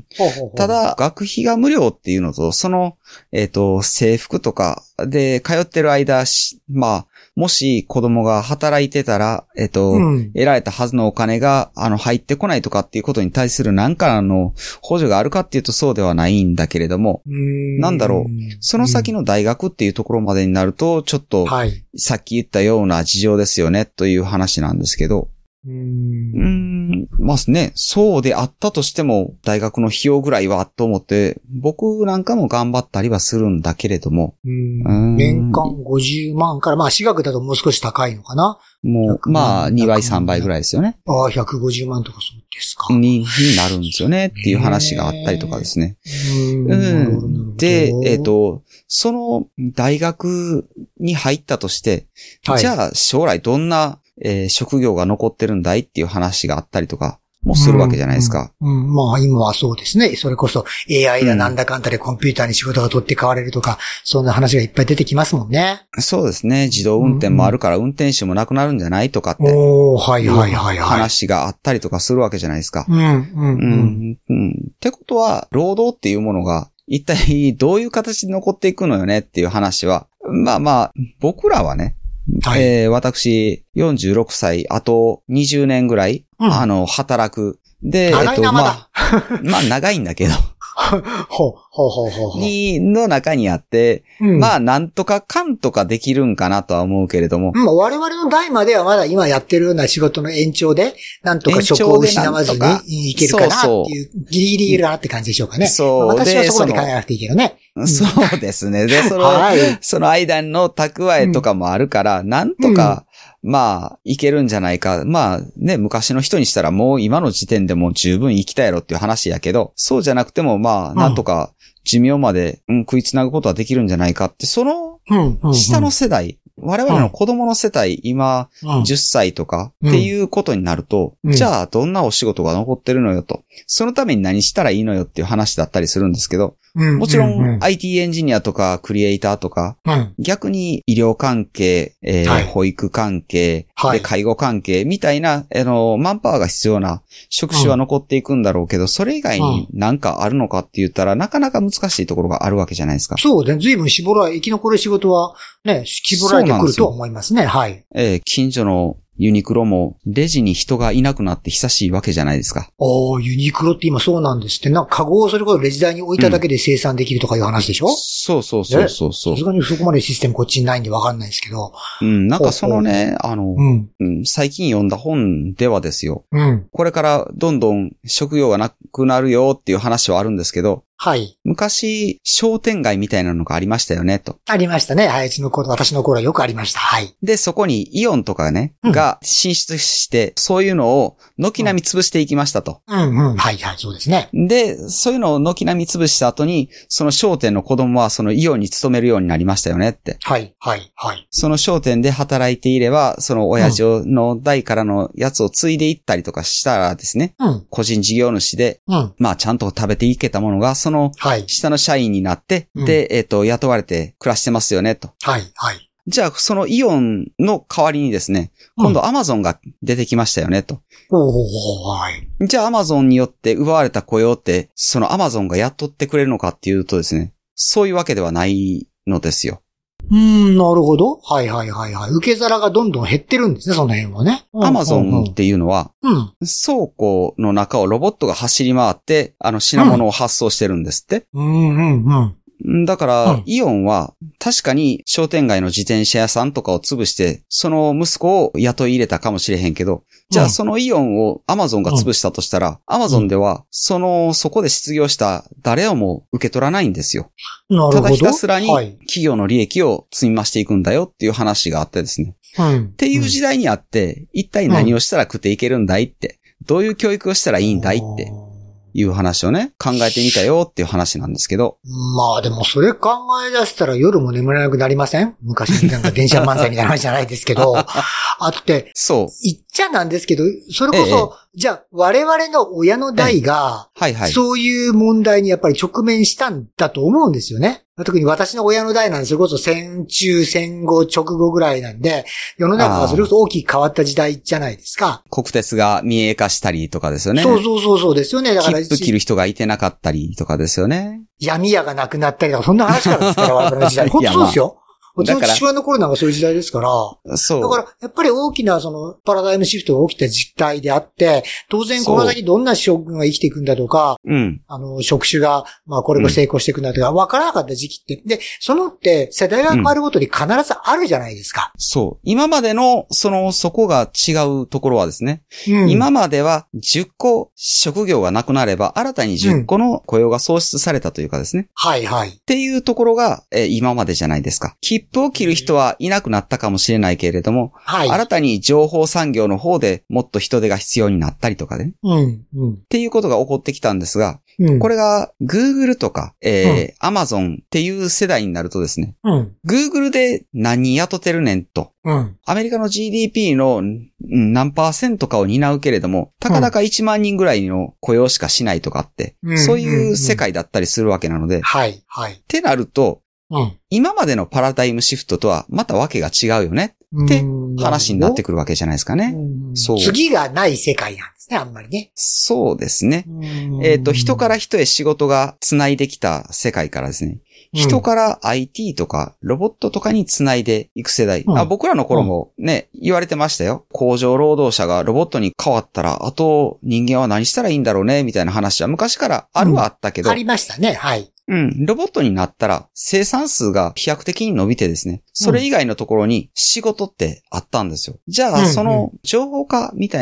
ただ、学費が無料っていうのと、その、えっと、制服とかで通ってる間、まあ、もし子供が働いてたら、えっと、うん、得られたはずのお金が、あの、入ってこないとかっていうことに対する何かの補助があるかっていうとそうではないんだけれども、 んなんだろう、その先の大学っていうところまでになると、ちょっと、はい、さっき言ったような事情ですよね、という話なんですけど、 うーん。 うーん。まあね、そうであったとしても、大学の費用ぐらいはと思って、僕なんかも頑張ったりはするんだけれども。 うーん。年間ごじゅうまんから、まあ私学だともう少し高いのかな。 もう、まあにばいさんばいぐらいですよね。 ああ、ひゃくごじゅうまんとかそうですか。 に、になるんですよねっていう話があったりとかですね。 うーん。で、えっと、その大学に入ったとして、はい、じゃあ将来どんなえー、職業が残ってるんだいっていう話があったりとかもするわけじゃないですか。 うん、うんうん、まあ今はそうですね。それこそ エーアイ だなんだかんだでコンピューターに仕事が取って代われるとか、そんな話がいっぱい出てきますもんね。 そうですね。自動運転もあるから運転手もなくなるんじゃないとかって。 おー、はいはいはいはい。 話があったりとかするわけじゃないですか。 うん、うん、うん。 うん。ってことは、労働っていうものが一体どういう形で残っていくのよねっていう話は、まあまあ、僕らはね、はい、えー、私、よんじゅうろくさい、あとにじゅうねんぐらい、うん、あの、働く。で、 長いな、 えっと、 まだ。 まあ、まあ、長いんだけど。 ほう、ほうほうほうほう。 に、の中にあって、うん、まあ、なんとかかんとかできるんかなとは思うけれども。 まあ、我々の代まではまだ今やってるような仕事の延長で、なんとか職を失わずにいけるかなっていう、そうそうギリギリいけるかなって感じでしょうかね。そう。まあ、私はそこまで考えなくていいけどね。 そうですね。で、その、はい、その間の蓄えとかもあるから、うん、なんとか、うん、まあ、いけるんじゃないか。まあ、ね、昔の人にしたらもう今の時点でもう十分生きたやろっていう話やけど、そうじゃなくてもまあ、なんとか寿命まで、うん、食いつなぐことはできるんじゃないかって、その、下の世代我々の子供の世帯、今、じゅっさいとかっていうことになると、 うん、 じゃあどんなお仕事が残ってるのよと。そのために何したらいいのよっていう話だったりするんですけど、もちろん アイティー エンジニアとかクリエイターとか、うん、逆に医療関係、えーはい、保育関係、はい、で介護関係みたいな、あの、マンパワーが必要な職種は残っていくんだろうけど、うん、それ以外に何かあるのかって言ったら、なかなか難しいところがあるわけじゃないですか。 そうね。随分絞られ、生き残る仕事はね、絞られてくると思いますね。はい。 えー、近所のユニクロもレジに人がいなくなって久しいわけじゃないですか。 ああ、ユニクロって今そうなんですって。なんかカゴをそれこそレジ台に置いただけで生産できるとかいう話でしょ、うん、 そうそうそうそうそう。 さすがにそこまでシステムこっちにないんでわかんないですけど。 うん、なんかそのね、あの、うんうん、最近読んだ本ではですよ。うん。これからどんどん職業がなくなるよっていう話はあるんですけど、 はい。 昔、商店街みたいなのがありましたよね、と。 ありましたね。はい。うちの頃、私の頃はよくありました。はい。 で、そこにイオンとかね、うん、が進出して、そういうのを軒並み潰していきましたと。 うん、うん、うん。はい、はい、そうですね。 で、そういうのを軒並み潰した後に、その商店の子供はそのイオンに勤めるようになりましたよねって。 はい、はい、はい。 その商店で働いていれば、その親父の代からのやつを継いでいったりとかしたらですね、うん、個人事業主で、うん、まあちゃんと食べていけたものが、その、はい。下の社員になって、うん、で、えっと、雇われて暮らしてますよね、と。 はい、はい。 じゃあ、そのイオンの代わりにですね、今度アマゾンが出てきましたよね、と。 うん、はい。 じゃあ、アマゾンによって奪われた雇用って、そのアマゾンが雇ってくれるのかっていうとですね、そういうわけではないのですよ。 うーん、なるほど。はいはいはいはい。受け皿がどんどん減ってるんですね、その辺はね。 アマゾンっていうのは、うん、倉庫の中をロボットが走り回って、あの品物を発送してるんですって。 うん、うんうんうん。 だから、うん、イオンは確かに商店街の自転車屋さんとかを潰して、その息子を雇い入れたかもしれへんけど、じゃあそのイオンをアマゾンが潰したとしたら、アマゾンでは、その、そこで失業した誰をも受け取らないんですよ。 なるほど。 ただひたすらに企業の利益を積み増していくんだよっていう話があってですね。うん、っていう時代にあって、一体何をしたら食っていけるんだいって、どういう教育をしたらいいんだいって。いう話をね、考えてみたよっていう話なんですけど。 まあでもそれ考え出したら夜も眠れなくなりません？昔なんか電車漫才みたいな話じゃないですけど。あって、 そう。 言っちゃなんですけど、それこそ、ええ、じゃあ我々の親の代が、はいはい、そういう問題にやっぱり直面したんだと思うんですよね。特に私の親の代なんで、それこそ戦中戦後直後ぐらいなんで、世の中がそれこそ大きく変わった時代じゃないですか。 国鉄が民営化したりとかですよね。 そうそうそうそうですよね。だから切符切る人がいてなかったりとかですよね。 闇屋がなくなったりとか、そんな話からですから、我々の時代。本当そうですよ。うちの父親の頃なんかそういう時代ですから。そう。だから、やっぱり大きなそのパラダイムシフトが起きた実態であって、当然この先どんな職が生きていくんだとか、うん。あの、職種が、まあこれが成功していくんだとか、分からなかった時期って。で、そのって世代が変わるごとに必ずあるじゃないですか。 うん、そう。今までの、その、そこが違うところはですね。うん、今まではじゅっこ職業がなくなれば、新たにじゅっこの雇用が創出されたというかですね。うん、 はいはい。 っていうところが、えー、今までじゃないですか。切符を切る人はいなくなったかもしれないけれども、はい、新たに情報産業の方でもっと人手が必要になったりとかね。うんうん、っていうことが起こってきたんですが、うん、これが Google とか、えーうん、Amazon っていう世代になるとですね、うん、Google で何人雇ってるねんと、うん、アメリカの ジーディーピー の何パーセントかを担うけれども、たかだかいちまんにんぐらいの雇用しかしないとかって、うん、そういう世界だったりするわけなので、 はい、はい。 ってなると、うん、今までのパラダイムシフトとはまたわけが違うよねって話になってくるわけじゃないですかね。 そう。次がない世界なんですね、あんまりね。 そうですね。えっと、人から人へ仕事が繋いできた世界からですね。人から アイティー とかロボットとかに繋いでいく世代。うん、あ僕らの頃もね、うん、言われてましたよ。工場労働者がロボットに変わったら、あと人間は何したらいいんだろうね、みたいな話は昔からあるはあったけど。 うん、ありましたね、はい。 うん。ロボットになったら生産数が飛躍的に伸びてですね。それ以外のところに仕事ってあったんですよ。じゃあ、その情報化みたいな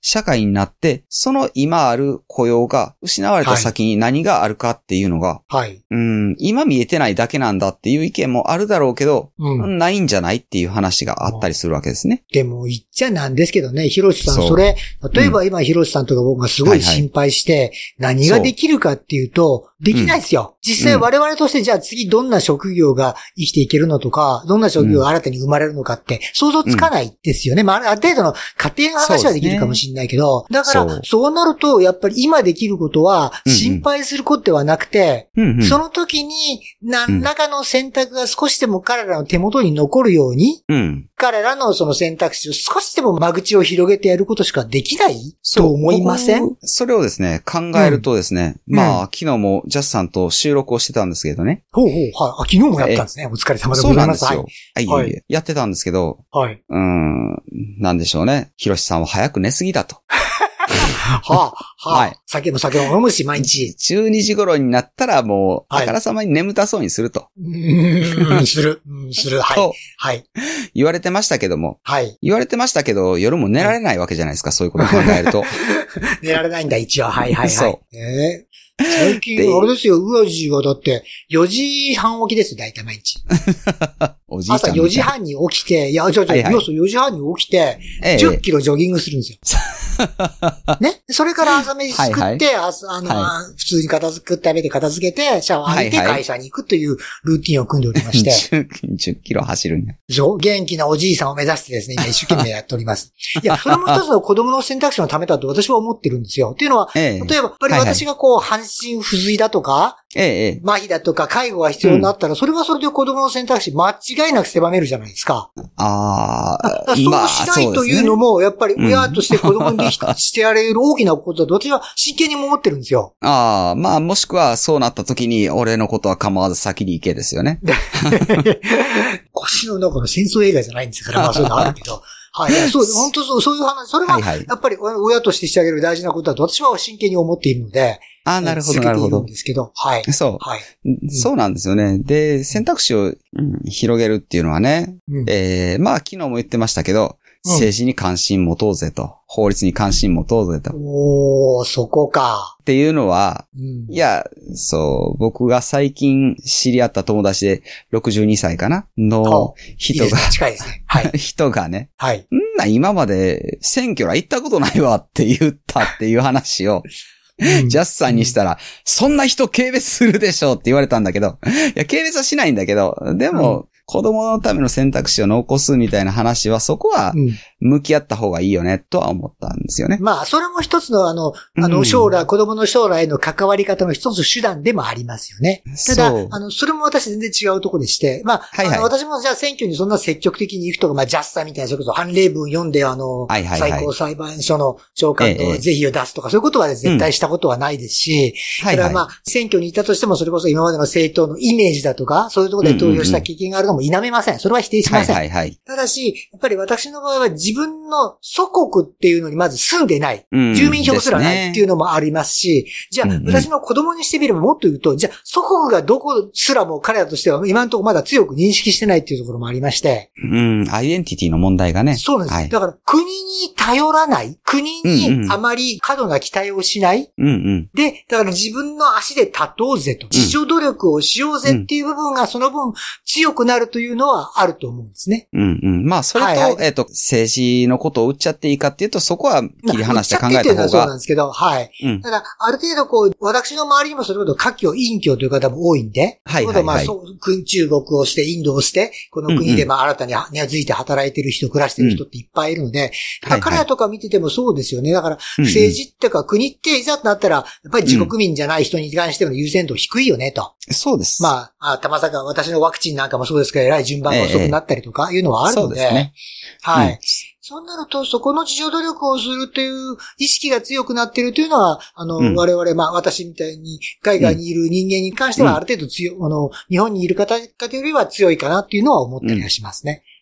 社会になって、その今ある雇用が失われた先に何があるかっていうのが、 はい。 うん、今見えてないだけなんだっていう意見もあるだろうけど、うん、ないんじゃないっていう話があったりするわけですね。 でも言っちゃなんですけどね、ヒロシさん、それ、例えば今ヒロシさんとか僕がすごい心配して、何ができるかっていうと、できないですよ。実際我々としてじゃあ次どんな職業が生きていけるのとか、どんな職業が新たに生まれるのかって想像つかないですよね。まあ、ある程度の家庭の話はできるかもしれないけど、だから、そうなると、やっぱり今できることは、心配することではなくて、その時に何らかの選択が少しでも彼らの手元に残るように、彼らのその選択肢を少しでも間口を広げてやることしかできないと思いません？ それをですね、考えるとですね、まあ、昨日もジャスさんと収録をしてたんですけどね。 ほうほう、はい。あ、昨日もやったんですね。お疲れ様でございます。 そうなんですよ。はい。やってたんですけど、 はい。 うーん、なんでしょうね。ヒロシさんは早く寝すぎだと。 はあ、はあ、はい。酒も酒も飲むし、毎日。 じゅうにじ頃になったらもう、あからさまに眠たそうにすると。 うーん、する。うん、する。はい。はい。 言われてましたけども。 はい。 言われてましたけど、夜も寝られないわけじゃないですか、そういうことを考えると。 寝られないんだ、一応。はいはいはい。 そう。 えー最近、あれですよ、宇和寺はだって、よじはん起きですよ、大体毎日。 おじいちゃん朝よじはんに起きて、いや、ちょちょ、要するによじはんに起きて、じゅっキロジョギングするんですよ。ね。それから朝飯作って、はいはい、あの、はい、普通に片付く、食べて片付けて、シャワー浴びて会社に行くというルーティンを組んでおりまして。 じゅっキロ走るんや。 そう、元気なおじいさんを目指してですね、今一生懸命やっております。いや、それも一つの子供の選択肢のためだと私は思ってるんですよ。っていうのは、ええ、例えば、やっぱり私がこう、半身不随だとか、ええ、麻痺だとか介護が必要になったら、うん、それはそれで子供の選択肢間違いなく狭めるじゃないですか。 ああ、 そうしないというのも、やっぱり親として子供にできた、してやれる大きなことだと私は真剣に思ってるんですよ。 ああ、まあもしくはそうなった時に俺のことは構わず先に行けですよね。 腰の中の戦争映画じゃないんですから、まあそういうのあるけど。はい。そう、本当そう、そういう話。それは、やっぱり親としてしてあげる大事なことだと私は真剣に思っているので。 ああ、なるほど、なるほど。 んですけど。はい。 そう。 はい。 そうなんですよね。で、選択肢を、うん、広げるっていうのはね、うん、えー、まあ昨日も言ってましたけど、政治に関心持とうぜと。法律に関心持とうぜと。 おー、そこか。 っていうのは、うん、いや、そう、僕が最近知り合った友達でろくじゅうにさいかなの人が、いいですね、 近いですね。はい。 人がね、 はい。 んな今まで選挙は行ったことないわって言ったっていう話を、うん、ジャスさんにしたら、うん、そんな人軽蔑するでしょって言われたんだけど、いや、軽蔑はしないんだけど、でも、うん、子供のための選択肢を残すみたいな話は、そこは向き合った方がいいよね、とは思ったんですよね。 まあ、それも一つのあの、あの、将来、うん、子供の将来の関わり方の一つ手段でもありますよね。ただ、あの、それも私全然違うところでして、まあ、はいはい、あの私もじゃあ選挙にそんな積極的に行くとか、まあ、ジャスさんみたいな、それこそ判例文読んで、あの、はいはいはい、最高裁判所の長官の是非を出すとか、ええ、そういうことは絶対したことはないですし、うん、はいはい、ただまあ、選挙に行ったとしても、それこそ今までの政党のイメージだとか、そういうところで投票した経験があるのも否めません。それは否定しません。はいはいはい、ただし、やっぱり私の場合は自分の祖国っていうのにまず住んでない。うん、住民票すらないっていうのもありますし、じゃあ、私の子供にしてみればもっと言うと、じゃあ、祖国がどこすらも彼らとしては今のところまだ強く認識してないっていうところもありまして。 うん、アイデンティティの問題がね。 そうなんです。はい、だから、国に頼らない。国にあまり過度な期待をしない。 うんうん、 で、だから自分の足で立とうぜと。自助努力をしようぜっていう部分がその分強くなるというのはあると思うんですね。 うんうん。まあ、それと、はいはい、えっと、政治のことを売っちゃっていいかっていうと、そこは切り離して考えた方が。売っちゃってっていうのはそうなんですけど、はい。うん、ただ、ある程度こう、私の周りにもそれほど華僑、隠居という方も多いんで、はいはいはい。まあ、そう、中国をして、インドをして、この国でまあ、新たに根付いて働いてる人、暮らしてる人っていっぱいいるので、うん、彼らとか見ててもそうですよね。だから、政治っていうか、国っていざとなったら、やっぱり自国民じゃない人に関しての優先度低いよね、と。 そうです。 まあ、たまさか私のワクチンなんかもそうですけど、えらい順番が遅くなったりとかいうのはあるので、ええ、そうですね。はい。うん、そうなると、そこの自助努力をするという意識が強くなっているというのは、あの、うん、我々、まあ、私みたいに海外にいる人間に関してはある程度強い、うん、あの、日本にいる方々よりは強いかなっていうのは思ったりはしますね。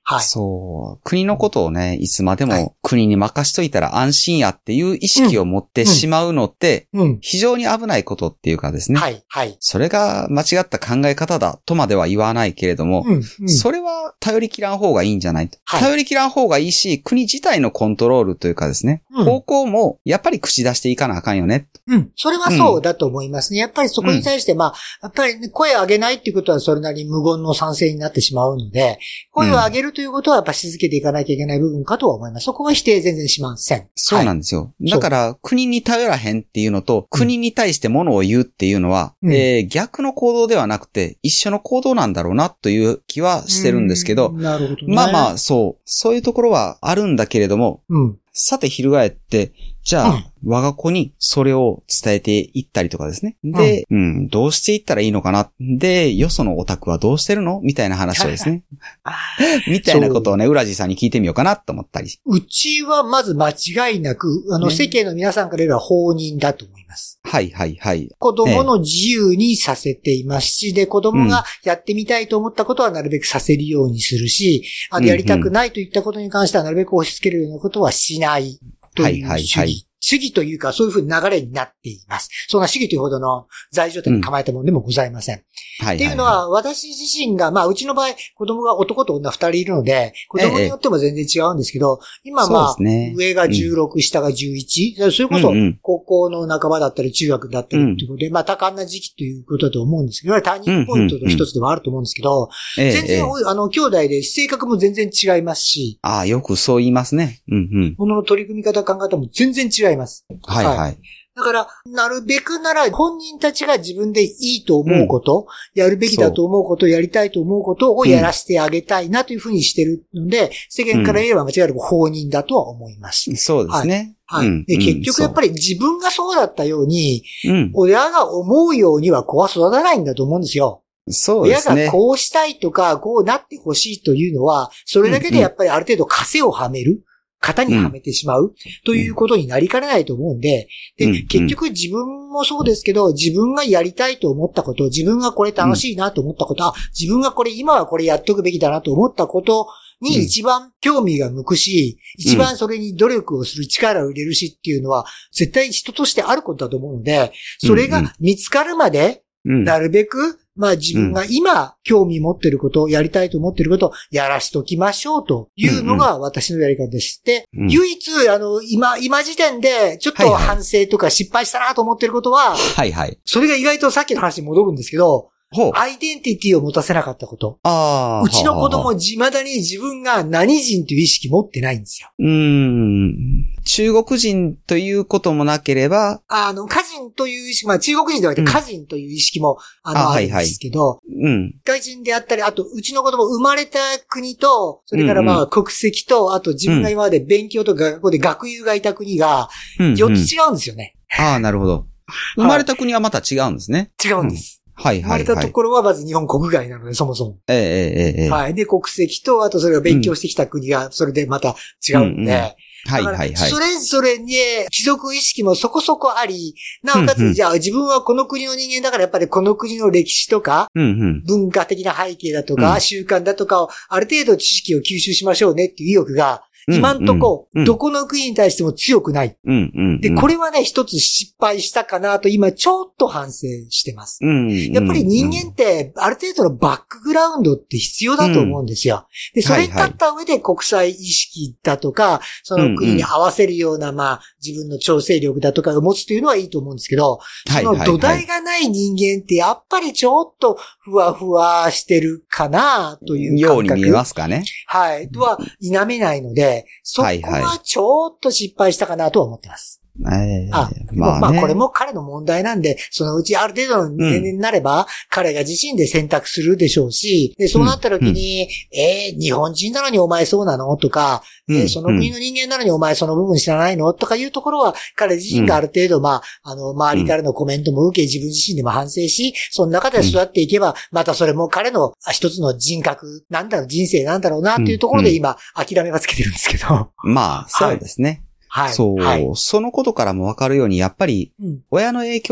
はい。 そう。国のことをね、いつまではいも国に任しといたら安心やっていう意識を持ってしまうのって、 うん。 非常に危ないことっていうかですね。 はい、はい。 それが間違った考え方だとまでは言わないけれども、 うん、うん。 それは頼り切らん方がいいんじゃないと。 はい頼り切らん方がいいし、国自体のコントロールというかですね、 うん方向もやっぱり口出していかなあかんよね。 うん。それはそうだと思いますね。やっぱりそこに対して、まあ、やっぱり、ね、声を上げないっていうことはそれなりに無言の賛成になってしまうので、声を上げるということはやっぱし続けていかなきゃいけない部分かとは思います。そこは否定全然しません。 そうなんですよ。はい、だから、国に頼らへんっていうのと、国に対してものを言うっていうのは、うんえー、逆の行動ではなくて、一緒の行動なんだろうなという気はしてるんですけど、 なるほどね。 まあまあ、そう。そういうところはあるんだけれども、 うん、 さて、翻って、じゃあ、うん、我が子にそれを伝えていったりとかですね。で、うん、うん、どうしていったらいいのかな。で、よそのオタクはどうしてるのみたいな話をですね。みたいなことをね、ウラジーさんに聞いてみようかなと思ったり。 うちはまず間違いなく、あの、ね、世間の皆さんから言えば放任だと思います。 はいはいはい。 子供の自由にさせていますし、で、子供がやってみたいと思ったことはなるべくさせるようにするし、うん、あのやりたくないといったことに関してはなるべく押し付けるようなことはしない。という主義、はいはいはい、主義というかそういうふうに流れになっています。そんな主義というほどの在状態に構えたものでもございません。うんはいはいはい、っていうのは私自身が、まあうちの場合子供が男と女二人いるので、子供によっても全然違うんですけど、ええ、今まあ、ね、上がじゅうろく、うん、下がじゅういち、それこそ高校の半ばだったり中学だったりということで、うん、まあ多感な時期ということだと思うんですけど、ターニングポイントの一つではあると思うんですけど、うんうんうん、全然、ええ、あの兄弟で性格も全然違いますし、 ああ、よくそう言いますね。うんうん。 ものの取り組み方考え方も全然違います。 はいはい。はいだから、なるべくなら本人たちが自分でいいと思うこと、うん、やるべきだと思うこと、やりたいと思うことをやらせてあげたいなというふうにしてるので、うん、世間から言えば間違いなく放任だとは思います。 そうですね。 はい。はいうん、で結局やっぱり自分がそうだったように、 うん、 親が思うようには子は育たないんだと思うんですよ。 そうですね。 親がこうしたいとか、こうなってほしいというのは、それだけでやっぱりある程度枷をはめる。型にはめてしまう、うん、ということになりかねないと思うんで、で、うん、結局自分もそうですけど、自分がやりたいと思ったこと、自分がこれ楽しいなと思ったこと、うん、自分がこれ今はこれやっとくべきだなと思ったことに一番興味が向くし、うん、一番それに努力をする力を入れるしっていうのは、絶対人としてあることだと思うので、それが見つかるまで、なるべく、まあ自分が今興味持ってること、やりたいと思ってることをやらしときましょうというのが私のやり方でして、うんうん、唯一あの今、今時点でちょっと反省とか失敗したなと思ってることは、 はいはい。 それが意外とさっきの話に戻るんですけど、アイデンティティを持たせなかったこと。 あうちの子供、未だに自分が何人という意識持ってないんですよ。 うーん。中国人ということもなければ、 あの、家人という意識、まあ中国人ではなくて家人という意識も、うん、あの、あ, あるんですけど、 はいはい、うん。 外人であったり、あと、うちの子供生まれた国と、それからまあ国籍と、あと自分が今まで勉強と学校で学友がいた国が、よっつ違うんですよね。 うんうん、ああ、なるほど。生まれた国はまた違うんですね。 違うんです。 うんはいはいはい。 生まれたところはまず日本国外なので、そもそも。 ええええええ。 はい。で、国籍と、あとそれが勉強してきた国が、それでまた違うんで。うんうん、 はいはいはい。 それぞれに、貴族意識もそこそこあり、なおかつ、うんうん、じゃあ自分はこの国の人間だからやっぱりこの国の歴史とか、 うんうん、 文化的な背景だとか、うん、習慣だとかを、ある程度知識を吸収しましょうねっていう意欲が、今んとこ、うんうん、どこの国に対しても強くない、 うんうんうん。 で、これはね、一つ失敗したかなと今ちょっと反省してます。 うんうんうん、 やっぱり人間って、ある程度のバックグラウンドって必要だと思うんですよ。で、それに立った上で国際意識だとか、はいはい、その国に合わせるような、まあ、自分の調整力だとかを持つというのはいいと思うんですけど、その土台がない人間ってやっぱりちょっとふわふわしてるかなという感覚。 ように見えますかね。 はい。とは否めないので、そこはちょっと失敗したかなとは思ってます。 ええー、 あ、まあ、まあこれも彼の問題なんで、そのうちある程度の年齢になれば、うん、彼が自身で選択するでしょうし、で、そうなった時に、うん、えー、日本人なのにお前そうなのとか、うん、えー、その国の人間なのにお前その部分知らないのとかいうところは、彼自身がある程度、まあ、あの、周りからのコメントも受け、自分自身でも反省し、その中で育っていけば、またそれも彼の一つの人格、なんだろう、人生なんだろうなっていうところで今、諦めがつけてるんですけど。 まあ、そうですね。 はい。 そう、 はい。 そのことからもわかるように、やっぱり、親の影響で、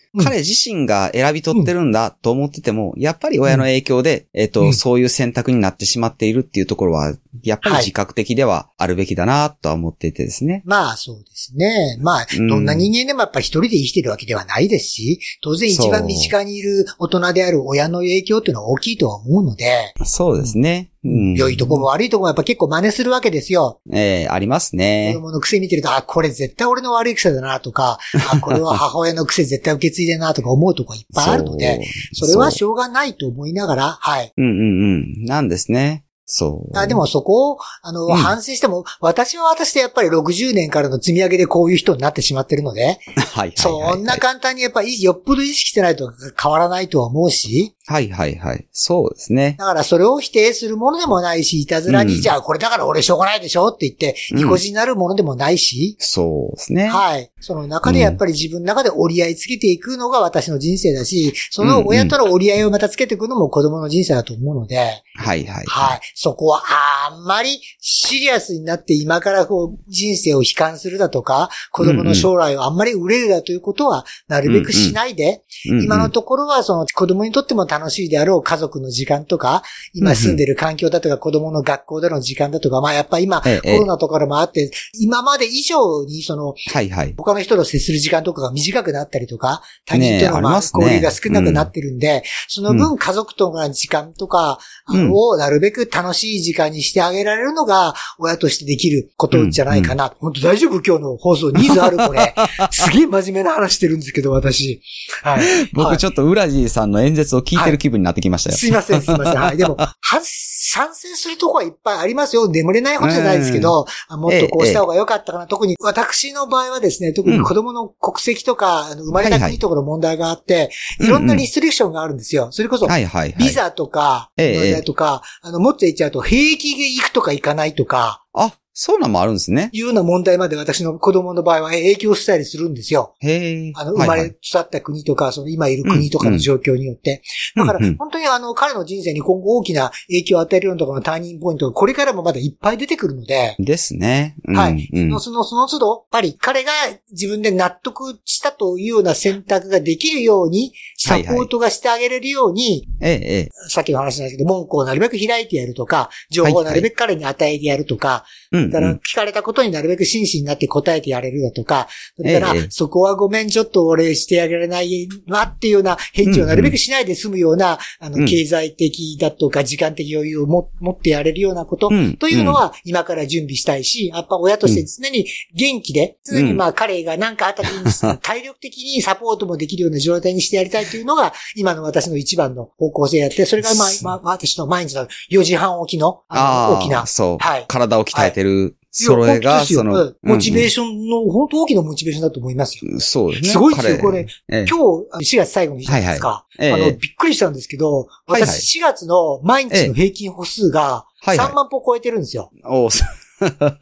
うん、 彼自身が選び取ってるんだと思ってても、やっぱり親の影響で、えっと、そういう選択になってしまっているっていうところは、やっぱり自覚的ではあるべきだなとは思っていてですね。 まあそうですね。まあ、どんな人間でもやっぱり一人で生きてるわけではないですし、当然一番身近にいる大人である親の影響っていうのは大きいとは思うので。 そうですね。うん、 良いとこも悪いとこもやっぱ結構真似するわけですよ。 ええー、ありますね。 子供の癖見てると、あ、これ絶対俺の悪い癖だなとか、あ、これは母親の癖絶対受け継いでるなとか思うとこいっぱいあるので、そ, それはしょうがないと思いながら、はい。 うんうんうん。なんですね。そう。 あ、でもそこを、あの、うん、反省しても、私は私でやっぱりろくじゅうねんからの積み上げでこういう人になってしまってるので、はいはい、はい。そんな簡単にやっぱりよっぽど意識してないと変わらないとは思うし、 はいはいはい。そうですね。 だからそれを否定するものでもないし、いたずらに、うん、じゃあこれだから俺しょうがないでしょって言って、意固地になるものでもないし、 うん、そうですね。 はい。その中でやっぱり自分の中で折り合いつけていくのが私の人生だし、その親との折り合いをまたつけていくのも子供の人生だと思うので、 はいはい。 はい。そこはあんまりシリアスになって今からこう人生を悲観するだとか、子供の将来をあんまり憂うだということはなるべくしないで、うんうん、今のところはその子供にとっても楽しいであろう家族の時間とか、今住んでる環境だとか子供の学校での時間だとか、まあやっぱ今コロナとかもあって、今まで以上にその、はいはい、他の人と接する時間とかが短くなったりとか、他人とのまあ交流が少なくなってるんで、その分家族との時間とかをなるべく楽しい時間にしてあげられるのが親としてできることじゃないかな。本当大丈夫？今日の放送ニーズあるこれ。すげえ真面目な話してるんですけど、私。はい。 僕ちょっとウラジーさんの演説を聞いてる気分になってきましたよ。 はい、すいません、すいません。はい。でも、賛成するとこはいっぱいありますよ。眠れないほどじゃないですけど、もっとこうした方が良かったかな。ええ、特に私の場合はですね、特に子供の国籍とか、うん、生まれた国とかの問題があって、はいはい、いろんなリストリクションがあるんですよ。それこそ、ビザとか、問題とか、あの、もっと言っちゃうと、兵役で行くとか行かないとか、 あ、そうなのもあるんですね。 いうような問題まで私の子供の場合は影響したりするんですよ。 へー。 あの、生まれ育った国とか、はいはい、その今いる国とかの状況によって。うんうん、だから、本当にあの、彼の人生に今後大きな影響を与えるようなところのターニングポイントがこれからもまだいっぱい出てくるので。 ですね。 うん、はい。その、その、その都度、やっぱり彼が自分で納得したというような選択ができるように、サポートがしてあげれるように、はいはい、ええ、さっきの話なんですけど、門戸をなるべく開いてやるとか、情報をなるべく彼に与えてやるとか、はいはい、だから聞かれたことになるべく真摯になって答えてやれるだとか、それから、ええ、そこはごめん、ちょっと俺してあげられないなっていうような返事をなるべくしないで済むような、うんうん、あの、経済的だとか時間的余裕をも持ってやれるようなこと、うん、というのは今から準備したいし、やっぱ親として常に元気で、常にまあ彼が何かあった時に体力的にサポートもできるような状態にしてやりたいというのが、今の私の一番の方向性やって、それがまあ、まあ、私の毎日のよじはん起きの、あの、大きな、 そう。はい。体を鍛えてる。はい、それが、その、 モチベーションの、本当大きなモチベーションだと思いますよ。 そうですね。 すごいですよ、これ。ええ、今日、しがつ最後の日じゃないですか。はいはい、あの、びっくりしたんですけど、はいはい、私しがつの毎日の平均歩数がさんまん歩超えてるんですよ。 はいはい、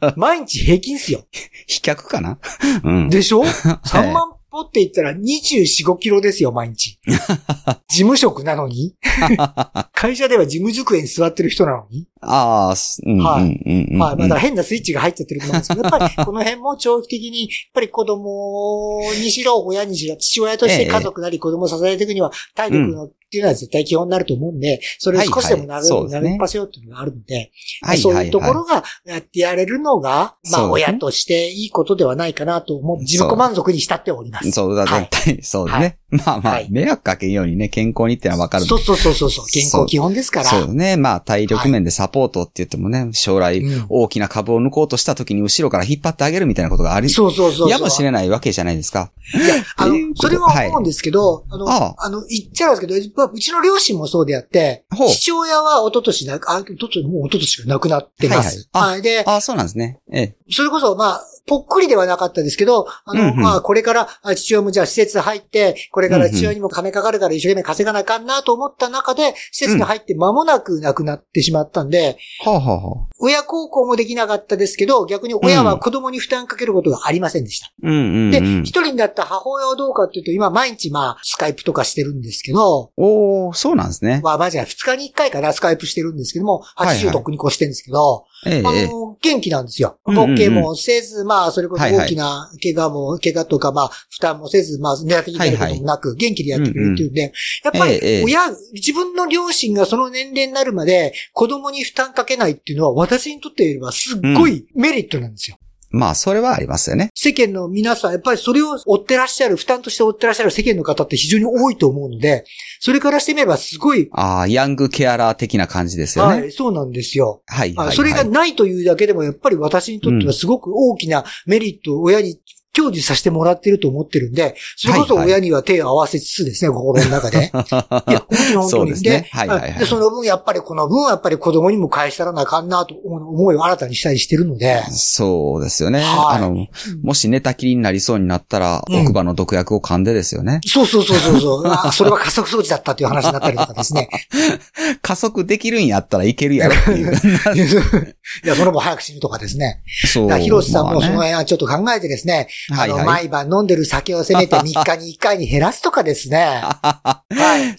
お毎日平均っすよ。 飛脚かな、うん、 でしょ ?さん 万歩って言ったらにじゅうよん、ごキロですよ、毎日。事務職なのに会社では事務机に座ってる人なのにああ、うん。 はい。うんうん、はい。まだ変なスイッチが入っちゃってると思うんですけど、やっぱりこの辺も長期的に、やっぱり子供にしろ、親にしろ、父親として家族なり子供を支えていくには、体力のっていうのは絶対基本になると思うんで、それを少しでもなる、はいはい、なるっぱせようっていうのがあるので、はいはいはい、そういうところがやってやれるのが、まあ親としていいことではないかなと思う、自己満足に浸っております。 そうだ、絶対、はい、そうですね。はい、まあまあ、はい、迷惑かけんようにね、健康にってのはわかる。 そうそうそうそうそう、健康基本ですから。 そうね、まあ体力面でサポートって言ってもね、将来大きな株を抜こうとした時に後ろから引っ張ってあげるみたいなことがあり、 そうそうそう。 やもしれないわけじゃないですか。 いや、あの、それは思うんですけど、はい、あの、ああの、言っちゃうんですけど、うちの両親もそうであって、父親は一昨年な、あ、一昨年、もう一昨年が亡くなってます。はい、はい。はい。で、 あ、そうなんですね。ええ。 それこそ、まあ、ぽっくりではなかったですけど、あの、うんうん、まあ、これから、父親もじゃあ施設入って、これから父親にも金かかるから一生懸命稼がなあかんなと思った中で、施設に入って間もなく亡くなってしまったんで、 うん、はあはあ、 親孝行もできなかったですけど、逆に親は子供に負担かけることがありませんでした。 うんうんうん、 で、一人になった母親はどうかっていうと、今毎日まあ、スカイプとかしてるんですけど、 おおー、そうなんですね。 まあ、マジはふつかにいっかいかな、スカイプしてるんですけども、はちじゅうとっくに越してるんですけど、 ええ、 あええ。 の、元気なんですよ。 うんうんうんボケもせず、まあ、それこそ大きな怪我も、怪我とか、まあ、負担もせず、まあ、ネガティブになることもなく、元気でやってくれるっていうんで、やっぱり、 ええ親、自分の両親がその年齢になるまで、子供に負担かけないっていうのは、私にとって言えば、すっごいメリットなんですよ。 まあ、それはありますよね。 世間の皆さん、やっぱりそれを追ってらっしゃる、負担として追ってらっしゃる世間の方って非常に多いと思うので、それからしてみればすごい。 ああ、ヤングケアラー的な感じですよね。 はい、そうなんですよ。 はい、はい、はい。 それがないというだけでも、やっぱり私にとってはすごく大きなメリットを親に享受させてもらっていると思ってるんで、それこそ親には手を合わせつつですね、心の中で。いや、本当に本当に。 そうですね。はい、はい、はい。 で、その分、やっぱりこの分はやっぱり子供にも返したらなあかんなと思いを新たにしたりしてるので。 そうですよね。 はい、 あの、もし寝たきりになりそうになったら、うん、奥歯の毒薬を噛んでですよね。 そうそうそうそうそうあ。それは加速装置だったっていう話になったりとかですね。 加速できるんやったらいけるやろっていう。 いや、それも早く死ぬとかですね。 そう。 だから、広瀬さんもその辺はちょっと考えてですね、 はいはい、 あの、毎晩飲んでる酒をせめてみっかにいっかいに減らすとかですね。はい。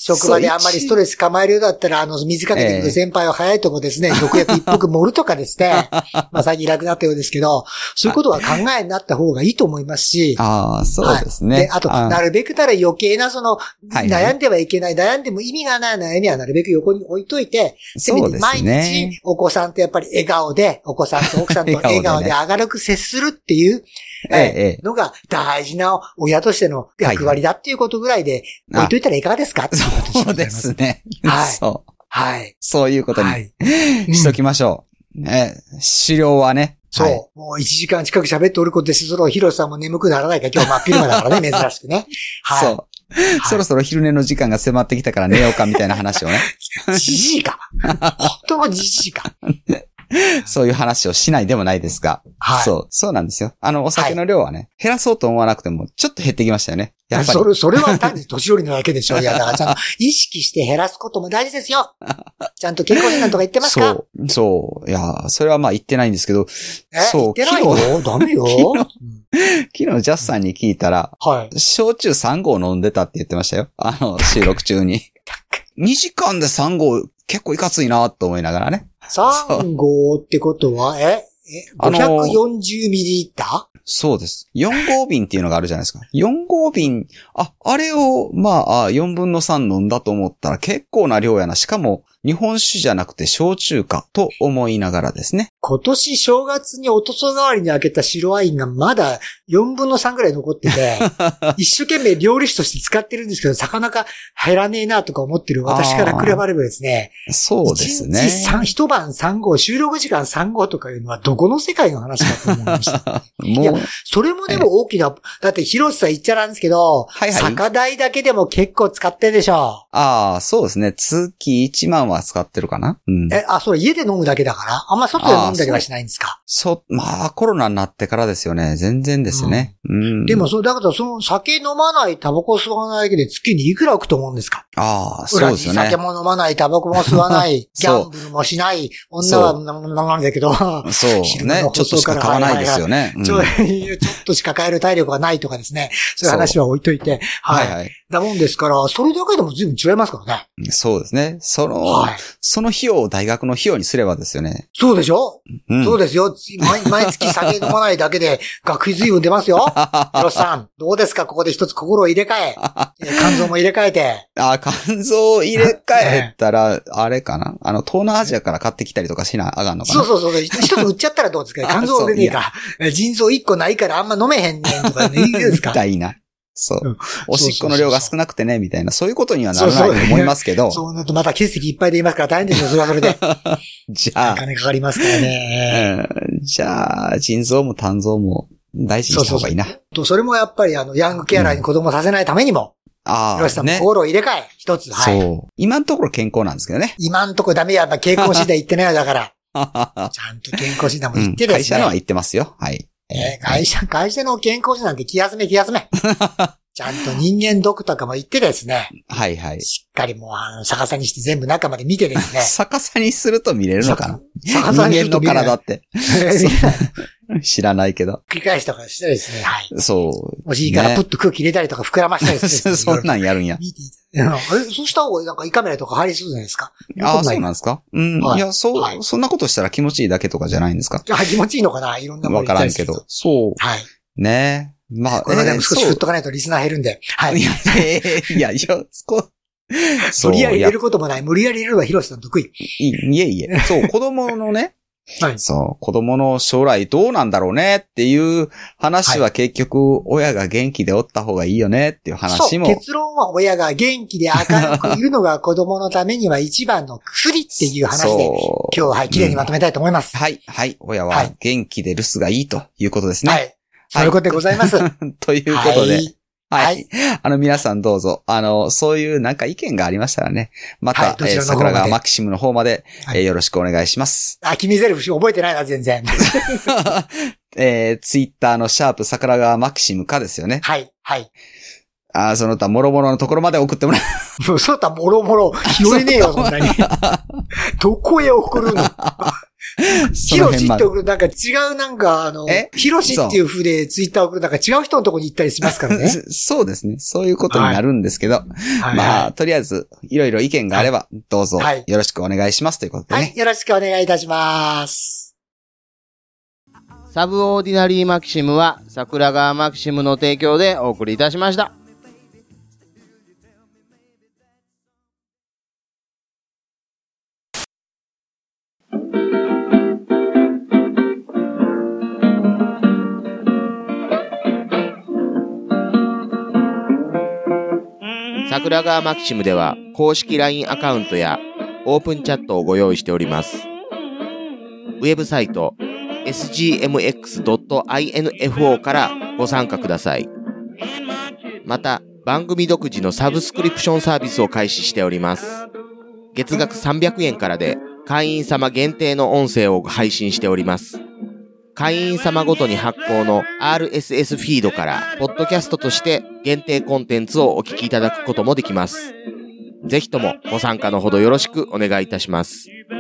職場であんまりストレス構えるようだったら、あの、水かけてくる先輩は早いとこですね、毒薬一服盛るとかですね。まあ、最近楽になったようですけど、そういうことは考えになった方がいいと思いますし。 ああ、そうですね。 はい、で、あと、なるべくなら余計なその、悩んではいけない、悩んでも意味がない悩みはなるべく横に置いといて、せめて毎日お子さんとやっぱり笑顔で、お子さんと奥さんと笑顔で明るく接するっていう、ええ、のが大事な親としての役割だっていうことぐらいで置いといたらいかがですかってそうですね。 はい。 そう。 はい。 そういうことに、はい、しときましょう。ね、資料はね。 そう、 はい。 もういちじかん近く喋っておることです。そのヒロさんも眠くならないか今日真っ昼間だからね、珍しくね。はい。そう。 はい、そろそろ昼寝の時間が迫ってきたから寝ようかみたいな話をね。 じじいか。本当のじじいか。 そういう話をしないでもないですが。はい。そう、そうなんですよ。あの、お酒の量はね、はい、減らそうと思わなくても、ちょっと減ってきましたよね。やっぱり。 それ、それは単に年寄りなだけでしょ。いや、だからちゃんと意識して減らすことも大事ですよ。ちゃんと健康診断とか言ってますか？ そう、そう。いや、それはまあ言ってないんですけど、 えそう。言ってないよ。ダメよ。 昨日、昨日ジャスさんに聞いたら、 はい。 焼酎さんごう飲んでたって言ってましたよ。あの、収録中に。にじかんでさんごう結構いかついなと思いながらね。 さんごうってことは、ええ ?ごひゃくよんじゅうミリリッター？ そうです。よんごうびんっていうのがあるじゃないですか。よんごうびん、あ、あれを、まあ、よんぶんのさん飲んだと思ったら結構な量やな。しかも、日本酒じゃなくて焼酎かと思いながらですね。 今年正月におとそ代わりに開けた白ワインがまだよんぶんのさんぐらい残ってて、一生懸命料理酒として使ってるんですけど、なかなか減らねえなとか思ってる私から比べればですね。 そうですね。 一日三、一晩さんごう、収録時間さんごうとかいうのはどこの世界の話だと思いました。もういや、それもでも大きな、だって広瀬さん言っちゃなんですけど、はいはい、酒代だけでも結構使ってるでしょ。 ああ、そうですね。月いちまんは使ってるかな。うん、 え、あ、それ家で飲むだけだからあんま外で飲んだりはしないんですか？ そ、まあコロナになってからですよね。全然ですね。うん。うん、 でもそう、だからその酒飲まない、タバコ吸わないだけで月にいくら浮くと思うんですか？ ああ、そうですよね。 酒も飲まない、タバコも吸わない、ギャンブルもしない、女はなんだけど。 そうね。ちょっとしか買わないですよね。 ちょっとしか買える体力がないとかですね。そういう話は置いといて。はい。はいはいだもんですから、それだけでも随分違いますからね。 そうですね。その、はい、その費用を大学の費用にすればですよね。 そうでしょ、うん、そうですよ。毎, 毎月酒飲まないだけで学費随分出ますよ。広瀬さん、どうですかここで一つ心を入れ替え。肝臓も入れ替えて。 あ、肝臓を入れ替えたら、あれかなあの、東南アジアから買ってきたりとかしなあかんのかなそうそうそう。一つ売っちゃったらどうですか肝臓売れねえか。腎臓一個ないからあんま飲めへんねんとかね。いいですかみたいな。そう。おしっこの量が少なくてね、みたいな、そういうことにはならないと思いますけど。 そうなるとまた血石いっぱいで言いますから大変ですよ、それはそれで。 じゃあ。 金かかりますからね。 うん。じゃあ、腎臓も肝臓も大事にした方がいいな。 そうそうそう。それもやっぱりあの、ヤングケアラーに子供させないためにも。うん、ああ。広瀬さんも心を入れ替え、一つ。はい。そう。 今のところ健康なんですけどね。 今のところダメや、健康診断行ってないよ、だから。ちゃんと健康診断も行ってですね。 会社のは行ってますよ。はい。 えー、会社、会社の健康診断って気休め気休め。ちゃんと人間ドクとかも行ってですね。 はいはい。 しっかりもう、あの、逆さにして全部中まで見てですね。 逆さにすると見れるのかな逆さにすると見れる。人間の体って。知らないけど。 繰り返しとかしてですね。はい。 そう。 お尻からプッと空気入れたりとか膨らましたりする、 ね。そんなんやるんや。 見ていたいや、え、そうした方がなんか胃カメラとか入りそうじゃないですか。 ああ、そうなんですかうん。はい、いや、そう、はい、そんなことしたら気持ちいいだけとかじゃないんですか？ あ、気持ちいいのかないろんなものわからんけど。そう。 はい。 ねえ。まあ、 これでも少し振っとかないとリスナー減るんで。はい。 いや、いや、いや、こ無理やり入れることもない。無理やり入れるのは広瀬さん得意。 いいえいえ。そう、子供のね、 はい。 そう、子供の将来どうなんだろうねっていう話は結局、親が元気でおった方がいいよねっていう話も。 そう、結論は親が元気で明るくいるのが子供のためには一番の薬っていう話で、今日は、はい、綺麗にまとめたいと思います。 うん、はい、はい。親は元気で留守がいいということですね。 はい。そういうことでございます。 ということで。はいはい。 はい。 あの、皆さんどうぞ、あの、そういうなんか意見がありましたらね、また、はい、えー、桜川マキシムの方まで、はい、えー、よろしくお願いします。 あ、君ゼルフ覚えてないな、全然。 えー、ツイッターのシャープ桜川マキシムかですよね。 はい、はい。 あ、その他、もろもろのところまで送ってもらう。 もう、そうたもろもろ、拾えねえよ、そんなに。どこへ送るのヒロシって送る、なんか違うなんか、あの、ヒロシっていう風でツイッター送る、なんか違う人のとこに行ったりしますからね。 そうですね。そういうことになるんですけど。はい、まあ、はい、とりあえず、いろいろ意見があれば、どうぞ、よろしくお願いしますということでね。 はい、よろしくお願いいたします。 サブオーディナリーマキシムは、桜川マキシムの提供でお送りいたしました。桜川マキシムでは公式 ライン アカウントやオープンチャットをご用意しております。ウェブサイト エスジーエムエックスドットアイエヌエフオー からご参加ください。また番組独自のサブスクリプションサービスを開始しております。月額さんびゃくえんからで会員様限定の音声を配信しております。会員様ごとに発行の アールエスエス フィードからポッドキャストとして限定コンテンツをお聞きいただくこともできます。ぜひともご参加のほどよろしくお願いいたします。